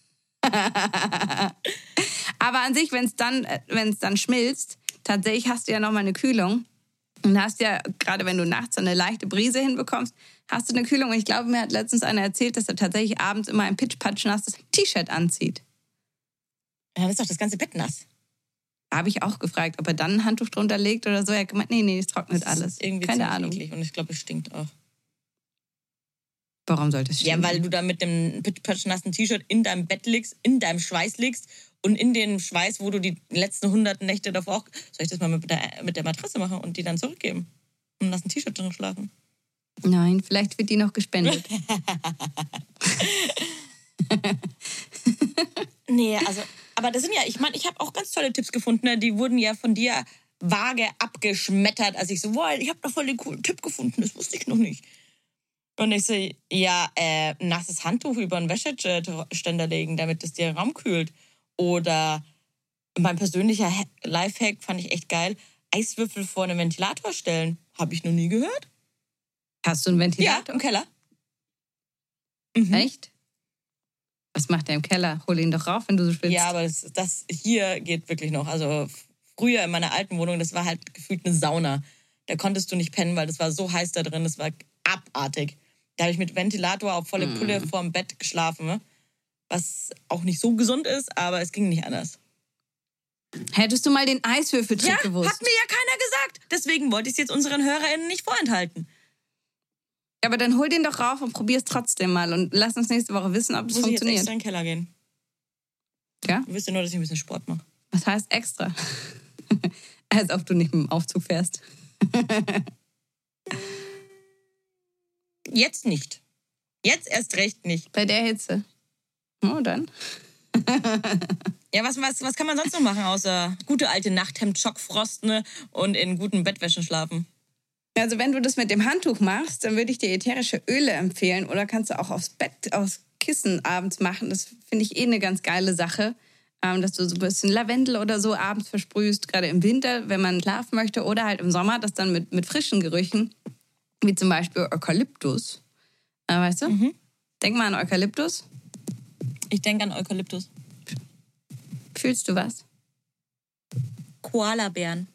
Aber an sich, wenn es dann, wenn es dann schmilzt, tatsächlich hast du ja nochmal eine Kühlung. Und hast ja, gerade wenn du nachts so eine leichte Brise hinbekommst, hast du eine Kühlung. Und ich glaube, mir hat letztens einer erzählt, dass er tatsächlich abends immer ein pitschpatschnasses T-Shirt anzieht. Ja, dann ist doch das ganze Bett nass. Da habe ich auch gefragt, ob er dann ein Handtuch drunter legt oder so. Er hat gemeint, nee, nee, es trocknet Das ist alles. irgendwie Keine ziemlich Ahnung. eklig und ich glaube, es stinkt auch. Warum sollte es Ja, stinken? weil du da mit dem pitschnassen T-Shirt in deinem Bett liegst, in deinem Schweiß liegst und in den Schweiß, wo du die letzten hundert Nächte davor auch... Soll ich das mal mit der, mit der Matratze machen und die dann zurückgeben? Und lass ein T-Shirt drin schlafen? Nein, vielleicht wird die noch gespendet. Nee, also... Aber das sind ja... Ich meine, ich habe auch ganz tolle Tipps gefunden. Ne? Die wurden ja von dir vage abgeschmettert, als ich so... Boah, ich habe da voll den coolen Tipp gefunden. Das wusste ich noch nicht. Und ich so, ja, äh, nasses Handtuch über einen Wäscheständer legen, damit es dir den Raum kühlt. Oder mein persönlicher Ha- Lifehack fand ich echt geil. Eiswürfel vor einen Ventilator stellen. Habe ich noch nie gehört. Hast du einen Ja, Ventilator? im Keller. Echt? Was macht der im Keller? Hol ihn doch rauf, wenn du so schwitzt. Ja, aber das, das hier geht wirklich noch. Also früher in meiner alten Wohnung, das war halt gefühlt eine Sauna. Da konntest du nicht pennen, weil das war so heiß da drin. Das war abartig. Da habe ich mit Ventilator auf volle Pulle Mm. vorm Bett geschlafen. Ne? Was auch nicht so gesund ist, aber es ging nicht anders. Hättest du mal den Eiswürfeltrick Ja, gewusst? hat mir ja keiner gesagt. Deswegen wollte ich es jetzt unseren HörerInnen nicht vorenthalten. Aber dann hol den doch rauf und probier es trotzdem mal und lass uns nächste Woche wissen, ob es Muss ich jetzt funktioniert. extra in den Keller gehen. Ja? Du wisst ja nur, dass ich ein bisschen Sport mache. Was heißt extra? Als ob du nicht mit dem Aufzug fährst. Jetzt nicht. Jetzt erst recht nicht. Bei der Hitze. Oh, dann. Ja, was, was, was kann man sonst noch machen, außer gute alte Nachthemd, Schockfrost, ne? Und in guten Bettwäschen schlafen? Also wenn du das mit dem Handtuch machst, dann würde ich dir ätherische Öle empfehlen. Oder kannst du auch aufs Bett, aufs Kissen abends machen. Das finde ich eh eine ganz geile Sache. Ähm, dass du so ein bisschen Lavendel oder so abends versprühst. Gerade im Winter, wenn man schlafen möchte. Oder halt im Sommer, das dann mit, mit frischen Gerüchen. Wie zum Beispiel Eukalyptus. Äh, weißt du? Mhm. Denk mal an Eukalyptus. Ich denke an Eukalyptus. Fühlst du was? Koalabären.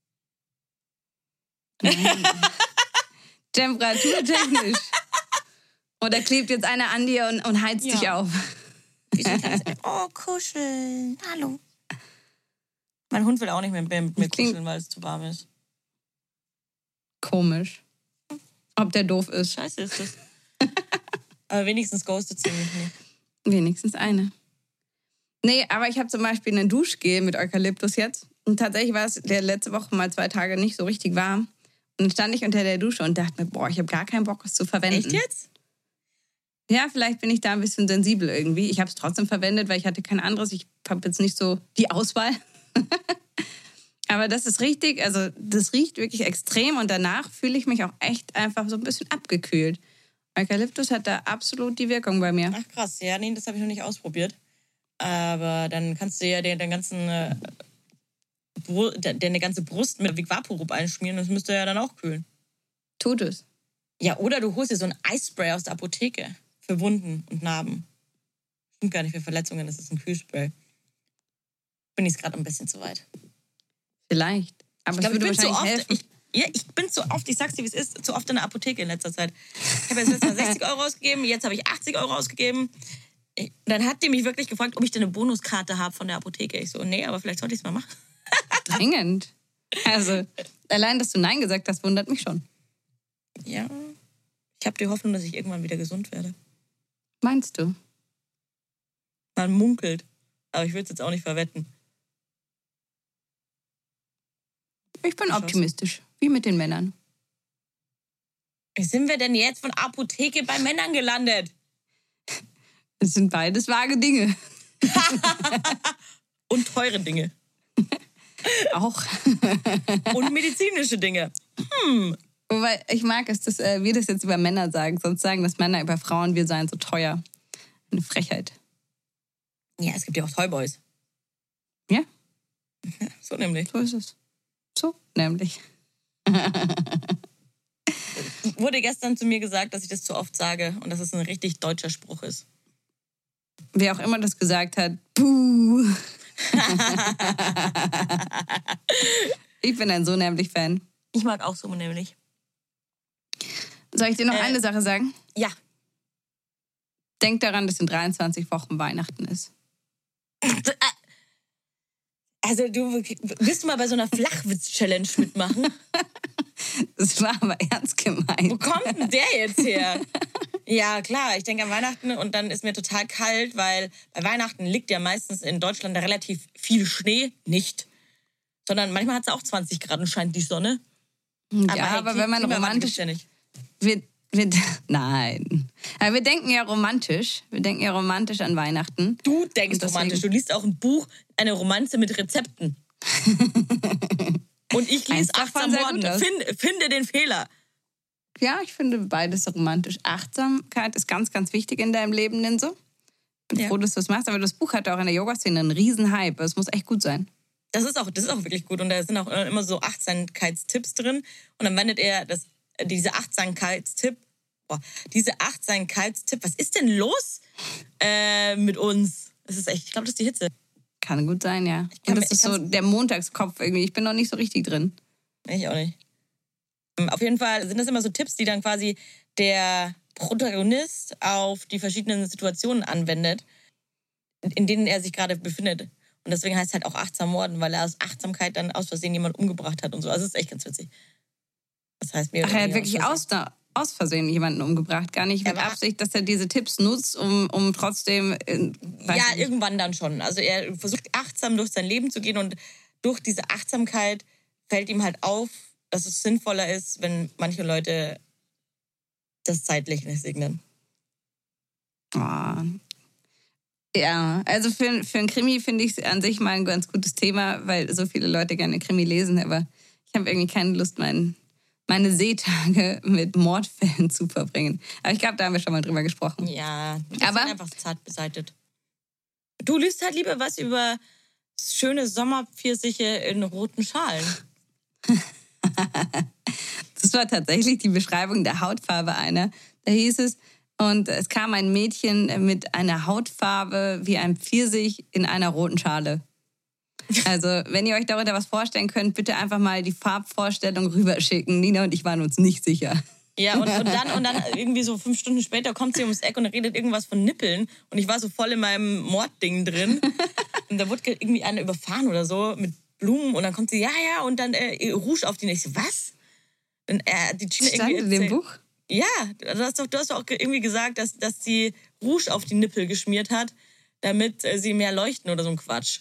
Temperaturtechnisch. Oder klebt jetzt einer an dir und, und heizt Ja. dich auf? Oh, kuscheln. Hallo. Mein Hund will auch nicht mehr mit mir Das klingt- kuscheln, weil es zu warm ist. Komisch. Ob der doof ist. Scheiße ist das. Aber wenigstens ghostet sie mich nicht. Wenigstens eine. Nee, aber ich habe zum Beispiel einen Duschgel mit Eukalyptus jetzt. Und tatsächlich war es der letzte Woche mal zwei Tage nicht so richtig warm. Und dann stand ich unter der Dusche und dachte mir, boah, ich habe gar keinen Bock, es zu verwenden. Echt jetzt? Ja, vielleicht bin ich da ein bisschen sensibel irgendwie. Ich habe es trotzdem verwendet, weil ich hatte kein anderes. Ich habe jetzt nicht so die Auswahl. Aber das ist richtig, also das riecht wirklich extrem. Und danach fühle ich mich auch echt einfach so ein bisschen abgekühlt. Eukalyptus hat da absolut die Wirkung bei mir. Ach krass, ja, nee, das habe ich noch nicht ausprobiert. Aber dann kannst du ja den, den ganzen, äh, Bru- de- deine ganze Brust mit Vaporub einschmieren. Das müsste ja dann auch kühlen. Tut es. Ja, oder du holst dir so ein Eispray aus der Apotheke für Wunden und Narben. Stimmt gar nicht für Verletzungen, das ist ein Kühlspray. Bin ich gerade ein bisschen zu weit. Vielleicht. Aber Ich es glaube, ich würde bin zu wahrscheinlich oft, helfen. ich, ja, ich bin zu oft, ich sag's dir, wie es ist, zu oft in der Apotheke in letzter Zeit. Ich habe jetzt letztes Mal sechzig Euro ausgegeben, jetzt habe ich achtzig Euro ausgegeben. Ich, dann hat die mich wirklich gefragt, ob ich denn eine Bonuskarte habe von der Apotheke. Ich so, nee, aber vielleicht sollte ich es mal machen. Dringend. Also, allein, dass du Nein gesagt hast, wundert mich schon. Ja, ich habe die Hoffnung, dass ich irgendwann wieder gesund werde. Meinst du? Man munkelt, aber ich würde es jetzt auch nicht verwetten. Ich bin Wie schaut's? optimistisch. Wie mit den Männern. Wie sind wir denn jetzt von Apotheke bei Männern gelandet? Es sind beides vage Dinge. Und teure Dinge. Auch. Und medizinische Dinge. Wobei, ich mag es, dass äh, wir das jetzt über Männer sagen. Sonst sagen das Männer über Frauen, wir seien so teuer. Eine Frechheit. Ja, es gibt ja auch Toyboys. Ja, So nämlich. so ist es. So, nämlich. Wurde gestern zu mir gesagt, dass ich das zu oft sage und dass es ein richtig deutscher Spruch ist. Wer auch immer das gesagt hat, puh. Ich bin ein so nämlich Fan. Ich mag auch so nämlich. Soll ich dir noch Äh, eine Sache sagen? Ja. Denk daran, dass in dreiundzwanzig Wochen Weihnachten ist. Also du willst du mal bei so einer Flachwitz-Challenge mitmachen? Das war aber ernst gemeint. Wo kommt denn der jetzt her? Ja, klar, ich denke an Weihnachten und dann ist mir total kalt, weil bei Weihnachten liegt ja meistens in Deutschland da relativ viel Schnee. Nicht. Sondern manchmal hat es auch zwanzig Grad und scheint die Sonne. Ja, hey, aber wenn man Klimawandel romantisch... gibt's ja nicht. Wir, wir, nein. Aber wir denken ja romantisch. Wir denken ja romantisch an Weihnachten. Du denkst Und deswegen- romantisch. Du liest auch ein Buch, eine Romanze mit Rezepten. Und ich Eins lese davon achtsam sehr Morden. gut aus. Finde, finde den Fehler. Ja, ich finde beides romantisch. Achtsamkeit ist ganz, ganz wichtig in deinem Leben, Ninso. Ich bin Ja. froh, dass du es machst. Aber das Buch hat auch in der Yoga-Szene einen riesen Hype. Es muss echt gut sein. Das ist auch, das ist auch wirklich gut. Und da sind auch immer so Achtsamkeitstipps drin. Und dann wendet er das, diese Achtsamkeitstipp, boah, diese Achtsamkeitstipp, was ist denn los äh, mit uns? Das ist echt, ich glaube, das ist die Hitze. Kann gut sein, ja. kann Und mir- das ist ich so kann's- der Montagskopf irgendwie. Ich bin noch nicht so richtig drin. Ich auch nicht. Auf jeden Fall sind das immer so Tipps, die dann quasi der Protagonist auf die verschiedenen Situationen anwendet, in denen er sich gerade befindet. Und deswegen heißt es halt auch achtsam morden, weil er aus Achtsamkeit dann aus Versehen jemanden umgebracht hat und so. Also das ist echt ganz witzig. Das heißt mir Ach, er hat wirklich aus, aus Versehen jemanden umgebracht. Gar nicht Er mit war- Absicht, dass er diese Tipps nutzt, um, um trotzdem... äh, weiß Ja, ich nicht. irgendwann dann schon. Also er versucht achtsam durch sein Leben zu gehen und durch diese Achtsamkeit fällt ihm halt auf, dass es sinnvoller ist, wenn manche Leute das zeitlich nicht segnen. Oh. Ja, also für, für einen Krimi finde ich es an sich mal ein ganz gutes Thema, weil so viele Leute gerne Krimi lesen, aber ich habe irgendwie keine Lust, mein, meine Seetage mit Mordfällen zu verbringen. Aber ich glaube, da haben wir schon mal drüber gesprochen. Ja, das aber ist einfach zart beseitet. Du liest halt lieber was über schöne Sommerpfirsiche in roten Schalen. Das war tatsächlich die Beschreibung der Hautfarbe einer. Da hieß es, und es kam ein Mädchen mit einer Hautfarbe wie ein Pfirsich in einer roten Schale. Also, wenn ihr euch darunter was vorstellen könnt, bitte einfach mal die Farbvorstellung rüberschicken. Nina und ich waren uns nicht sicher. Ja, und, und, dann, und dann irgendwie so fünf Stunden später kommt sie ums Eck und redet irgendwas von Nippeln. Und ich war so voll in meinem Mordding drin. Und da wurde irgendwie einer überfahren oder so mit Blumen. Und dann kommt sie, ja, ja, und dann äh, Rouge auf die nächste. Was? Und, äh, die Gina Stand in dem Buch? Ja, du hast doch, du hast doch irgendwie gesagt, dass, dass sie Rouge auf die Nippel geschmiert hat, damit äh, sie mehr leuchten oder so ein Quatsch.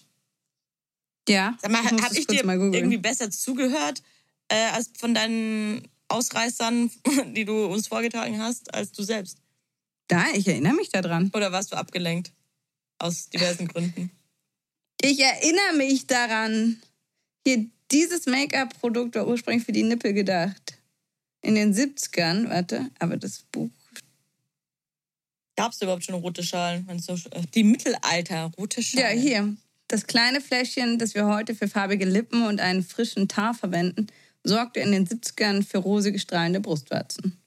Ja. Sag mal, habe ich dir irgendwie besser zugehört äh, als von deinen Ausreißern, die du uns vorgetragen hast, als du selbst? Da, ich erinnere mich daran. Oder warst du abgelenkt? Aus diversen Gründen. Ich erinnere mich daran. Hier, dieses Make-up-Produkt war ursprünglich für die Nippel gedacht. In den siebzigern, warte, aber das Buch... Gab es überhaupt schon rote Schalen? Die Mittelalter, rote Schalen. Ja, hier. Das kleine Fläschchen, das wir heute für farbige Lippen und einen frischen Tar verwenden, sorgte in den siebzigern für rosige, strahlende Brustwarzen.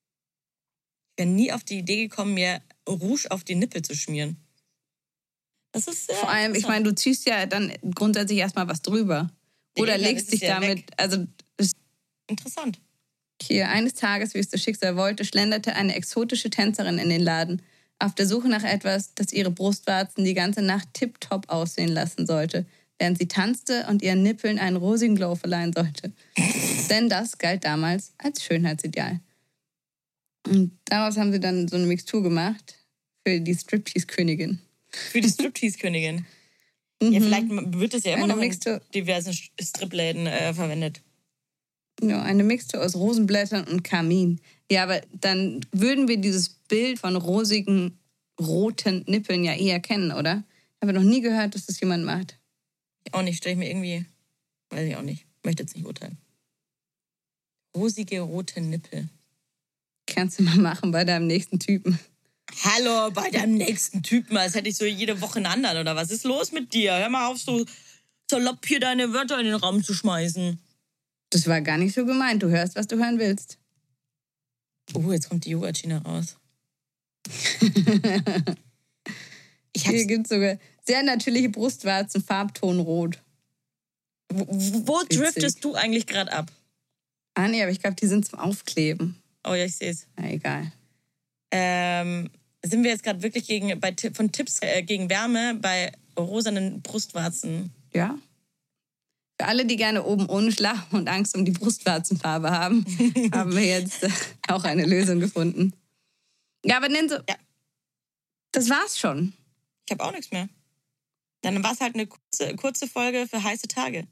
Ich wäre nie auf die Idee gekommen, mir Rouge auf die Nippel zu schmieren. Das ist sehr Vor allem, ich meine, du ziehst ja dann grundsätzlich erstmal was drüber. Oder ja, legst dich ja damit... Weg. Also interessant. Hier, eines Tages, wie es das Schicksal wollte, schlenderte eine exotische Tänzerin in den Laden, auf der Suche nach etwas, das ihre Brustwarzen die ganze Nacht tipptopp aussehen lassen sollte, während sie tanzte und ihren Nippeln einen rosigen Glow verleihen sollte. Denn das galt damals als Schönheitsideal. Und daraus haben sie dann so eine Mixtur gemacht für die Striptease-Königin. Für die Striptease-Königin? Mhm. Ja, vielleicht wird es ja immer eine noch Mixtur in diversen Stripläden äh, verwendet. Ja, eine Mixtur aus Rosenblättern und Kamin. Ja, aber dann würden wir dieses Bild von rosigen, roten Nippeln ja eher kennen, oder? Ich habe noch nie gehört, dass das jemand macht. Ich auch nicht, stelle ich mir irgendwie, weiß ich auch nicht, möchte jetzt nicht urteilen. Rosige, rote Nippel. Kannst du mal machen bei deinem nächsten Typen. Hallo, bei deinem nächsten Typen, als hätte ich so jede Woche einen anderen, oder was ist los mit dir? Hör mal auf, so salopp hier deine Wörter in den Raum zu schmeißen. Das war gar nicht so gemeint. Du hörst, was du hören willst. Oh, jetzt kommt die Yoga-China raus. ich Hier gibt es sogar sehr natürliche Brustwarzen, Farbton rot. Wo, wo driftest du eigentlich gerade ab? Ah nee, aber ich glaube, die sind zum Aufkleben. Oh ja, ich sehe es. Na, egal. Ähm, sind wir jetzt gerade wirklich gegen, bei, von Tipps äh, gegen Wärme bei rosanen Brustwarzen? Ja. Für alle, die gerne oben ohne schlafen und Angst um die Brustwarzenfarbe haben, haben wir jetzt äh, auch eine Lösung gefunden. Ja, aber nenn so. Ja. Das war's schon. Ich habe auch nichts mehr. Dann war es halt eine kurze, kurze Folge für heiße Tage.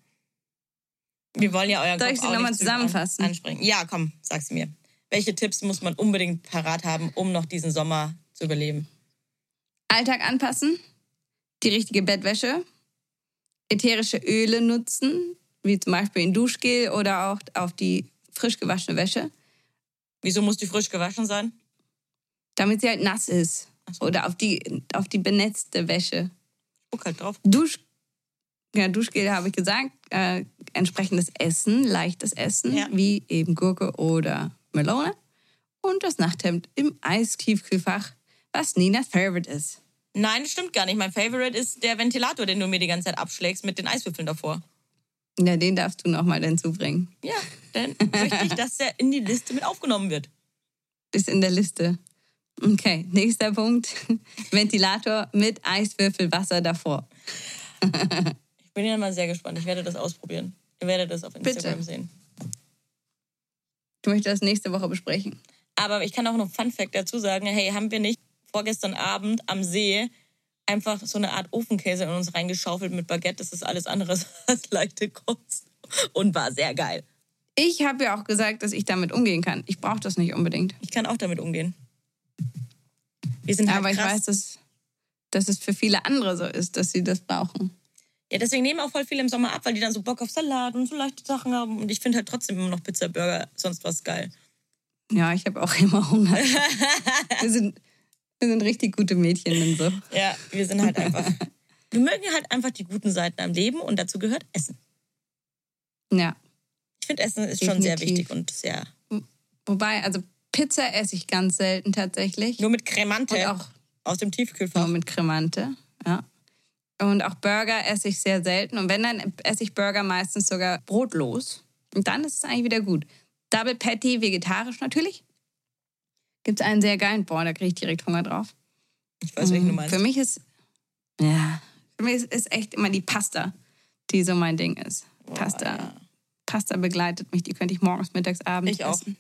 Wir wollen ja euren Soll Kopf ich sie auch nochmal nicht zusammenfassen? Anspringen. Ja, komm, sag sie mir. Welche Tipps muss man unbedingt parat haben, um noch diesen Sommer zu überleben? Alltag anpassen, die richtige Bettwäsche, ätherische Öle nutzen, wie zum Beispiel in Duschgel oder auch auf die frisch gewaschene Wäsche. Wieso muss die frisch gewaschen sein? Damit sie halt nass ist. So. Oder auf die, auf die benetzte Wäsche. Guck halt drauf. Dusch, ja, Duschgel habe ich gesagt. Äh, entsprechendes Essen, leichtes Essen, ja. Wie eben Gurke oder Melone. Und das Nachthemd im Eistiefkühlfach, was Ninas Favorite ist. Nein, das stimmt gar nicht. Mein Favorite ist der Ventilator, den du mir die ganze Zeit abschlägst mit den Eiswürfeln davor. Ja, den darfst du nochmal hinzubringen. Ja, dann möchte ich, dass der in die Liste mit aufgenommen wird. Ist in der Liste. Okay, nächster Punkt. Ventilator mit Eiswürfelwasser davor. Ich bin ja mal sehr gespannt. Ich werde das ausprobieren. Ihr werdet das auf Instagram Bitte. Sehen. Ich möchte das nächste Woche besprechen. Aber ich kann auch noch Fun Fact dazu sagen. Hey, haben wir nicht vorgestern Abend am See einfach so eine Art Ofenkäse in uns reingeschaufelt mit Baguette? Das ist alles andere als leichte Kost. Und war sehr geil. Ich habe ja auch gesagt, dass ich damit umgehen kann. Ich brauche das nicht unbedingt. Ich kann auch damit umgehen. Wir sind halt Aber krass. ich weiß, dass dass es für viele andere so ist, dass sie das brauchen. Ja, deswegen nehmen auch voll viele im Sommer ab, weil die dann so Bock auf Salat und so leichte Sachen haben. Und ich finde halt trotzdem immer noch Pizza, Burger, sonst was geil. Ja, ich habe auch immer Hunger. wir, sind, wir sind richtig gute Mädchen und so. Ja, wir sind halt einfach... Wir mögen halt einfach die guten Seiten am Leben und dazu gehört Essen. Ja. Ich finde, Essen ist Definitiv. schon sehr wichtig und sehr... Wobei, also Pizza esse ich ganz selten tatsächlich. Nur mit Cremante Und auch aus dem Tiefkühlfach. nur mit Cremante, ja. Und auch Burger esse ich sehr selten. Und wenn, dann esse ich Burger meistens sogar brotlos. Und dann ist es eigentlich wieder gut. Double Patty, vegetarisch natürlich. Gibt es einen sehr geilen, boah, da kriege ich direkt Hunger drauf. Ich weiß, welchen du meinst. Für mich ist, ja, für mich ist, ist echt immer die Pasta, die so mein Ding ist. Boah, Pasta. ja. Pasta begleitet mich, die könnte ich morgens, mittags, abends Ich auch. essen.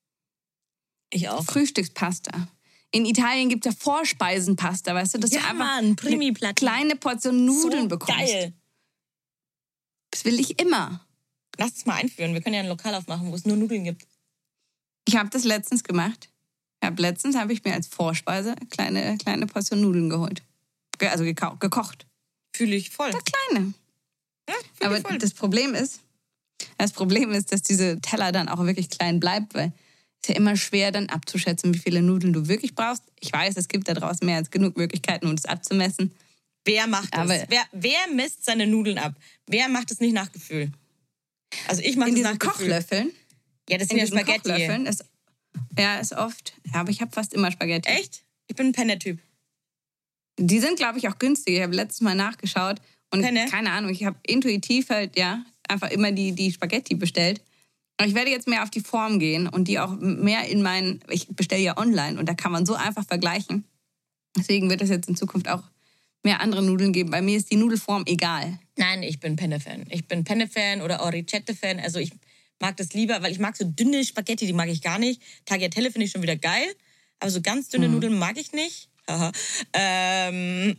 Ich auch. Frühstückspasta. In Italien gibt es ja Vorspeisenpasta, weißt du, dass Ja, du einfach Mann, Primi-Platten. eine kleine Portion Nudeln so bekommst. Geil. Das will ich immer. Lass es mal einführen. Wir können ja ein Lokal aufmachen, wo es nur Nudeln gibt. Ich habe das letztens gemacht. Ich hab, letztens habe ich mir als Vorspeise kleine, kleine Portion Nudeln geholt. Ge- Also gekau- gekocht. Fühle ich voll. Ja, kleine. Ja, fühl Aber ich voll. das Problem ist, das Problem ist, dass diese Teller dann auch wirklich klein bleibt, weil es ja immer schwer dann abzuschätzen, wie viele Nudeln du wirklich brauchst. Ich weiß, es gibt da draußen mehr als genug Möglichkeiten, um das abzumessen. Wer macht das? Aber- Wer, wer misst seine Nudeln ab? Wer macht es nicht nach Gefühl? Also ich mache In das diesen nach Gefühl. Kochlöffeln, Ja, das in sind ja diesen Spaghetti. Kochlöffeln ist, ja, ist oft. Ja, aber ich habe fast immer Spaghetti. Echt? Ich bin ein Penner-Typ. Die sind, glaube ich, auch günstig. Ich habe letztes Mal nachgeschaut und Penne? keine Ahnung, ich habe intuitiv halt, ja, einfach immer die, die Spaghetti bestellt. Aber ich werde jetzt mehr auf die Form gehen und die auch mehr in meinen, ich bestelle ja online und da kann man so einfach vergleichen. Deswegen wird es jetzt in Zukunft auch mehr andere Nudeln geben. Bei mir ist die Nudelform egal. Nein, ich bin Penne-Fan. Ich bin Penne-Fan oder Oricette-Fan. Also ich mag das lieber, weil ich mag so dünne Spaghetti, die mag ich gar nicht. Tagliatelle finde ich schon wieder geil. Aber so ganz dünne Mhm. Nudeln mag ich nicht. Haha. ähm,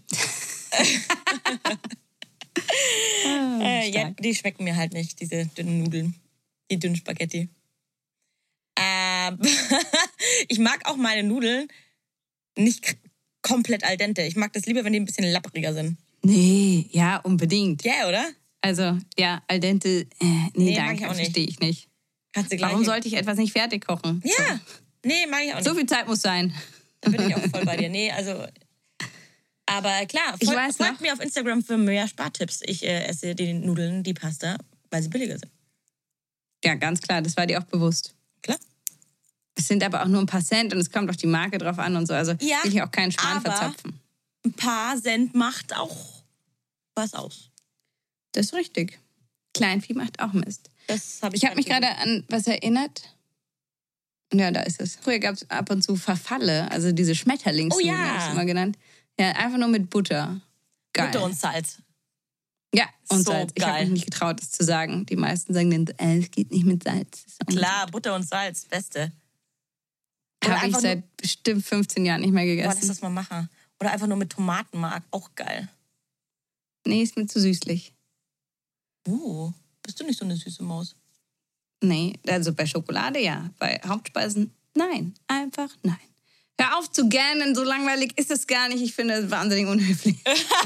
äh, ja, die schmecken mir halt nicht, diese dünnen Nudeln. Die dünnen Spaghetti. Ähm, ich mag auch meine Nudeln nicht k- komplett al dente. Ich mag das lieber, wenn die ein bisschen lappriger sind. Nee, ja, unbedingt. Ja, oder? Also, ja, al dente, äh, nee, Nee, mag danke, ich auch nicht. verstehe ich nicht. Kannst du gleich Warum sollte ich etwas nicht fertig kochen? Ja, nee, mag ich auch nicht. So viel Zeit muss sein. Da bin ich auch voll bei dir. Nee, also. Aber klar, Ich fol weiß folgt noch. mir auf Instagram für mehr Spartipps. Ich äh, esse die Nudeln, die Pasta, weil sie billiger sind. Ja, ganz klar, das war dir auch bewusst. Klar. Es sind aber auch nur ein paar Cent und es kommt auf die Marke drauf an und so. Also Ja, will ich auch keinen Schmarrn aber- verzapfen. Ein paar Cent macht auch was aus. Das ist richtig. Kleinvieh macht auch Mist. Das habe ich Ich habe mich halt gerade an was erinnert. Ja, da ist es. Früher gab es ab und zu Verfalle, also diese Schmetterlingsnudeln, Oh ja. habe ich immer genannt. Ja, einfach nur mit Butter. Geil. Butter und Salz. Ja, und So Salz. Ich habe geil. mich nicht getraut, das zu sagen. Die meisten sagen dann, äh, es geht nicht mit Salz. Das ist auch nicht Klar, Butter und Salz, Beste. so. Oder Habe ich einfach seit bestimmt fünfzehn Jahren nicht mehr Boah, lass gegessen. das mal machen. Oder einfach nur mit Tomatenmark, auch geil. Nee, ist mir zu süßlich. Uh, bist du nicht so eine süße Maus? Nee, also bei Schokolade ja. Bei Hauptspeisen nein. Einfach nein. Hör auf zu gähnen, so langweilig ist es gar nicht. Ich finde es wahnsinnig unhöflich.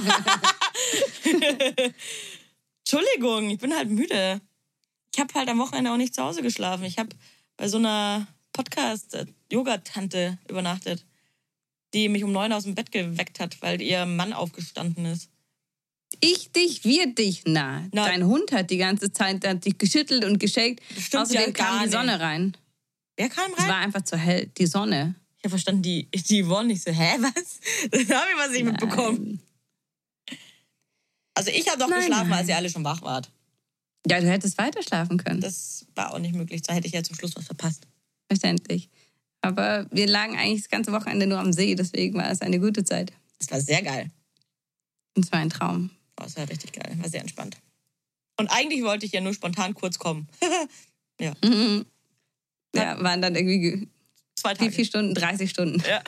Entschuldigung, ich bin halt müde. Ich habe halt am Wochenende auch nicht zu Hause geschlafen. Ich habe bei so einer Podcast-Yoga-Tante übernachtet, die mich um neun aus dem Bett geweckt hat, weil ihr Mann aufgestanden ist. Ich dich, wir dich. Na, Na. dein Hund hat die ganze Zeit hat dich geschüttelt und geschenkt. Stimmt Außerdem ja kam gar die Sonne nicht. rein. Wer kam Es rein? war einfach zu hell. Die Sonne. Ich habe verstanden, die, die wollen nicht so, hä, was? Das habe ich was nicht mitbekommen. Also ich habe doch Nein, geschlafen, nein. als ihr alle schon wach wart. Ja, du hättest weiter schlafen können. Das war auch nicht möglich. Da hätte ich ja zum Schluss was verpasst. Verständlich. Aber wir lagen eigentlich das ganze Wochenende nur am See, deswegen war es eine gute Zeit. Das war sehr geil. Und es war ein Traum. Oh, das war richtig geil. War sehr entspannt. Und eigentlich wollte ich ja nur spontan kurz kommen. ja, Mhm. Ja, waren dann irgendwie ge- zwei vier, Tage. vier Stunden, dreißig Stunden. Ja.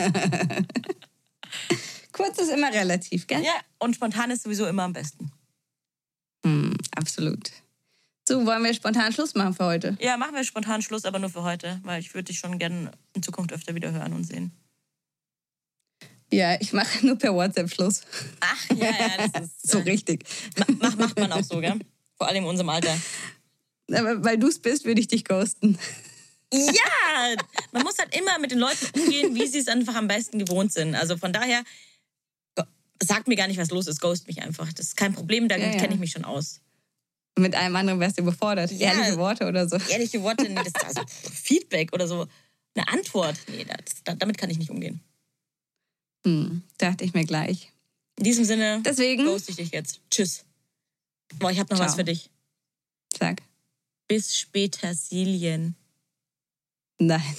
Kurz ist immer relativ, gell? ja, und spontan ist sowieso immer am besten. Hm, absolut. So, wollen wir spontan Schluss machen für heute? Ja, machen wir spontan Schluss, aber nur für heute, weil ich würde dich schon gerne in Zukunft öfter wieder hören und sehen. Ja, ich mache nur per WhatsApp Schluss. Ach, ja, ja, das ist... so richtig. Mach, macht man auch so, gell? Vor allem in unserem Alter. Aber weil du es bist, würde ich dich ghosten. Ja, man muss halt immer mit den Leuten umgehen, wie sie es einfach am besten gewohnt sind. Also von daher, sag mir gar nicht, was los ist, ghost mich einfach. Das ist kein Problem, da ja, kenne ja. ich mich schon aus. Mit einem anderen wärst du überfordert. Ja, ehrliche Worte oder so. Ehrliche Worte, nee, das, also Feedback oder so, eine Antwort, nee, das, damit kann ich nicht umgehen. Hm, dachte ich mir gleich. In diesem Sinne, deswegen ghost ich dich jetzt. Tschüss. Boah, ich habe noch Ciao. was für dich. Sag. Bis später, Silien. Nein.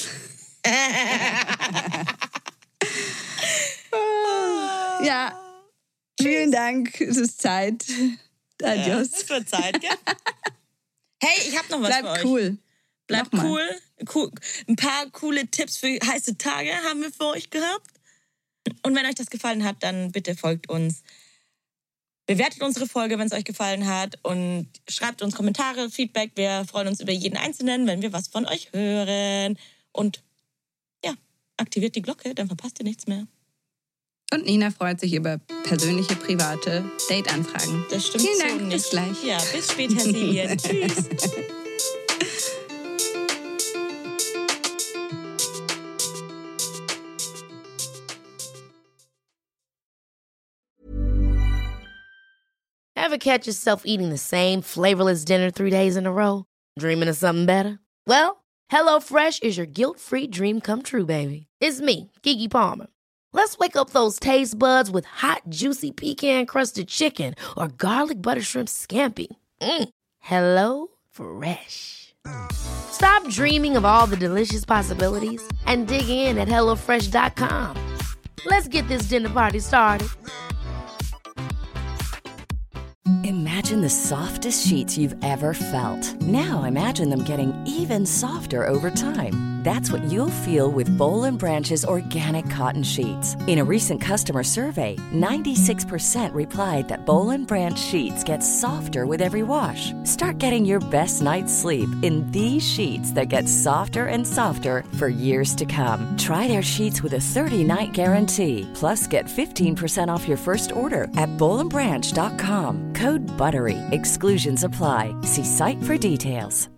Ja, vielen Dank. Es ist Zeit. Adios. Ja, es wird Zeit, gell? Hey, ich hab noch was Bleib für euch. Cool. Bleibt cool. cool. Ein paar coole Tipps für heiße Tage haben wir für euch gehabt. Und wenn euch das gefallen hat, dann bitte folgt uns. Bewertet unsere Folge, wenn es euch gefallen hat. Und schreibt uns Kommentare, Feedback. Wir freuen uns über jeden Einzelnen, wenn wir was von euch hören. Und ja, aktiviert die Glocke, dann verpasst ihr nichts mehr. Und Nina freut sich über persönliche, private Date-Anfragen. Das stimmt. Vielen so Dank, nicht. Bis gleich. Ja, bis später, Silien. Tschüss. Ever catch yourself eating the same flavorless dinner three days in a row? Dreaming of something better? Well, HelloFresh is your guilt-free dream come true, baby. It's me, Keke Palmer. Let's wake up those taste buds with hot, juicy pecan-crusted chicken or garlic butter shrimp scampi. Mm. Hello Fresh. Stop dreaming of all the delicious possibilities and dig in at hello fresh dot com. Let's get this dinner party started. Imagine the softest sheets you've ever felt. Now imagine them getting even softer over time. That's what you'll feel with Boll and Branch's organic cotton sheets. In a recent customer survey, ninety-six percent replied that Boll and Branch sheets get softer with every wash. Start getting your best night's sleep in these sheets that get softer and softer for years to come. Try their sheets with a thirty-night guarantee. Plus, get fifteen percent off your first order at boll and branch dot com. Code BUTTERY. Exclusions apply. See site for details.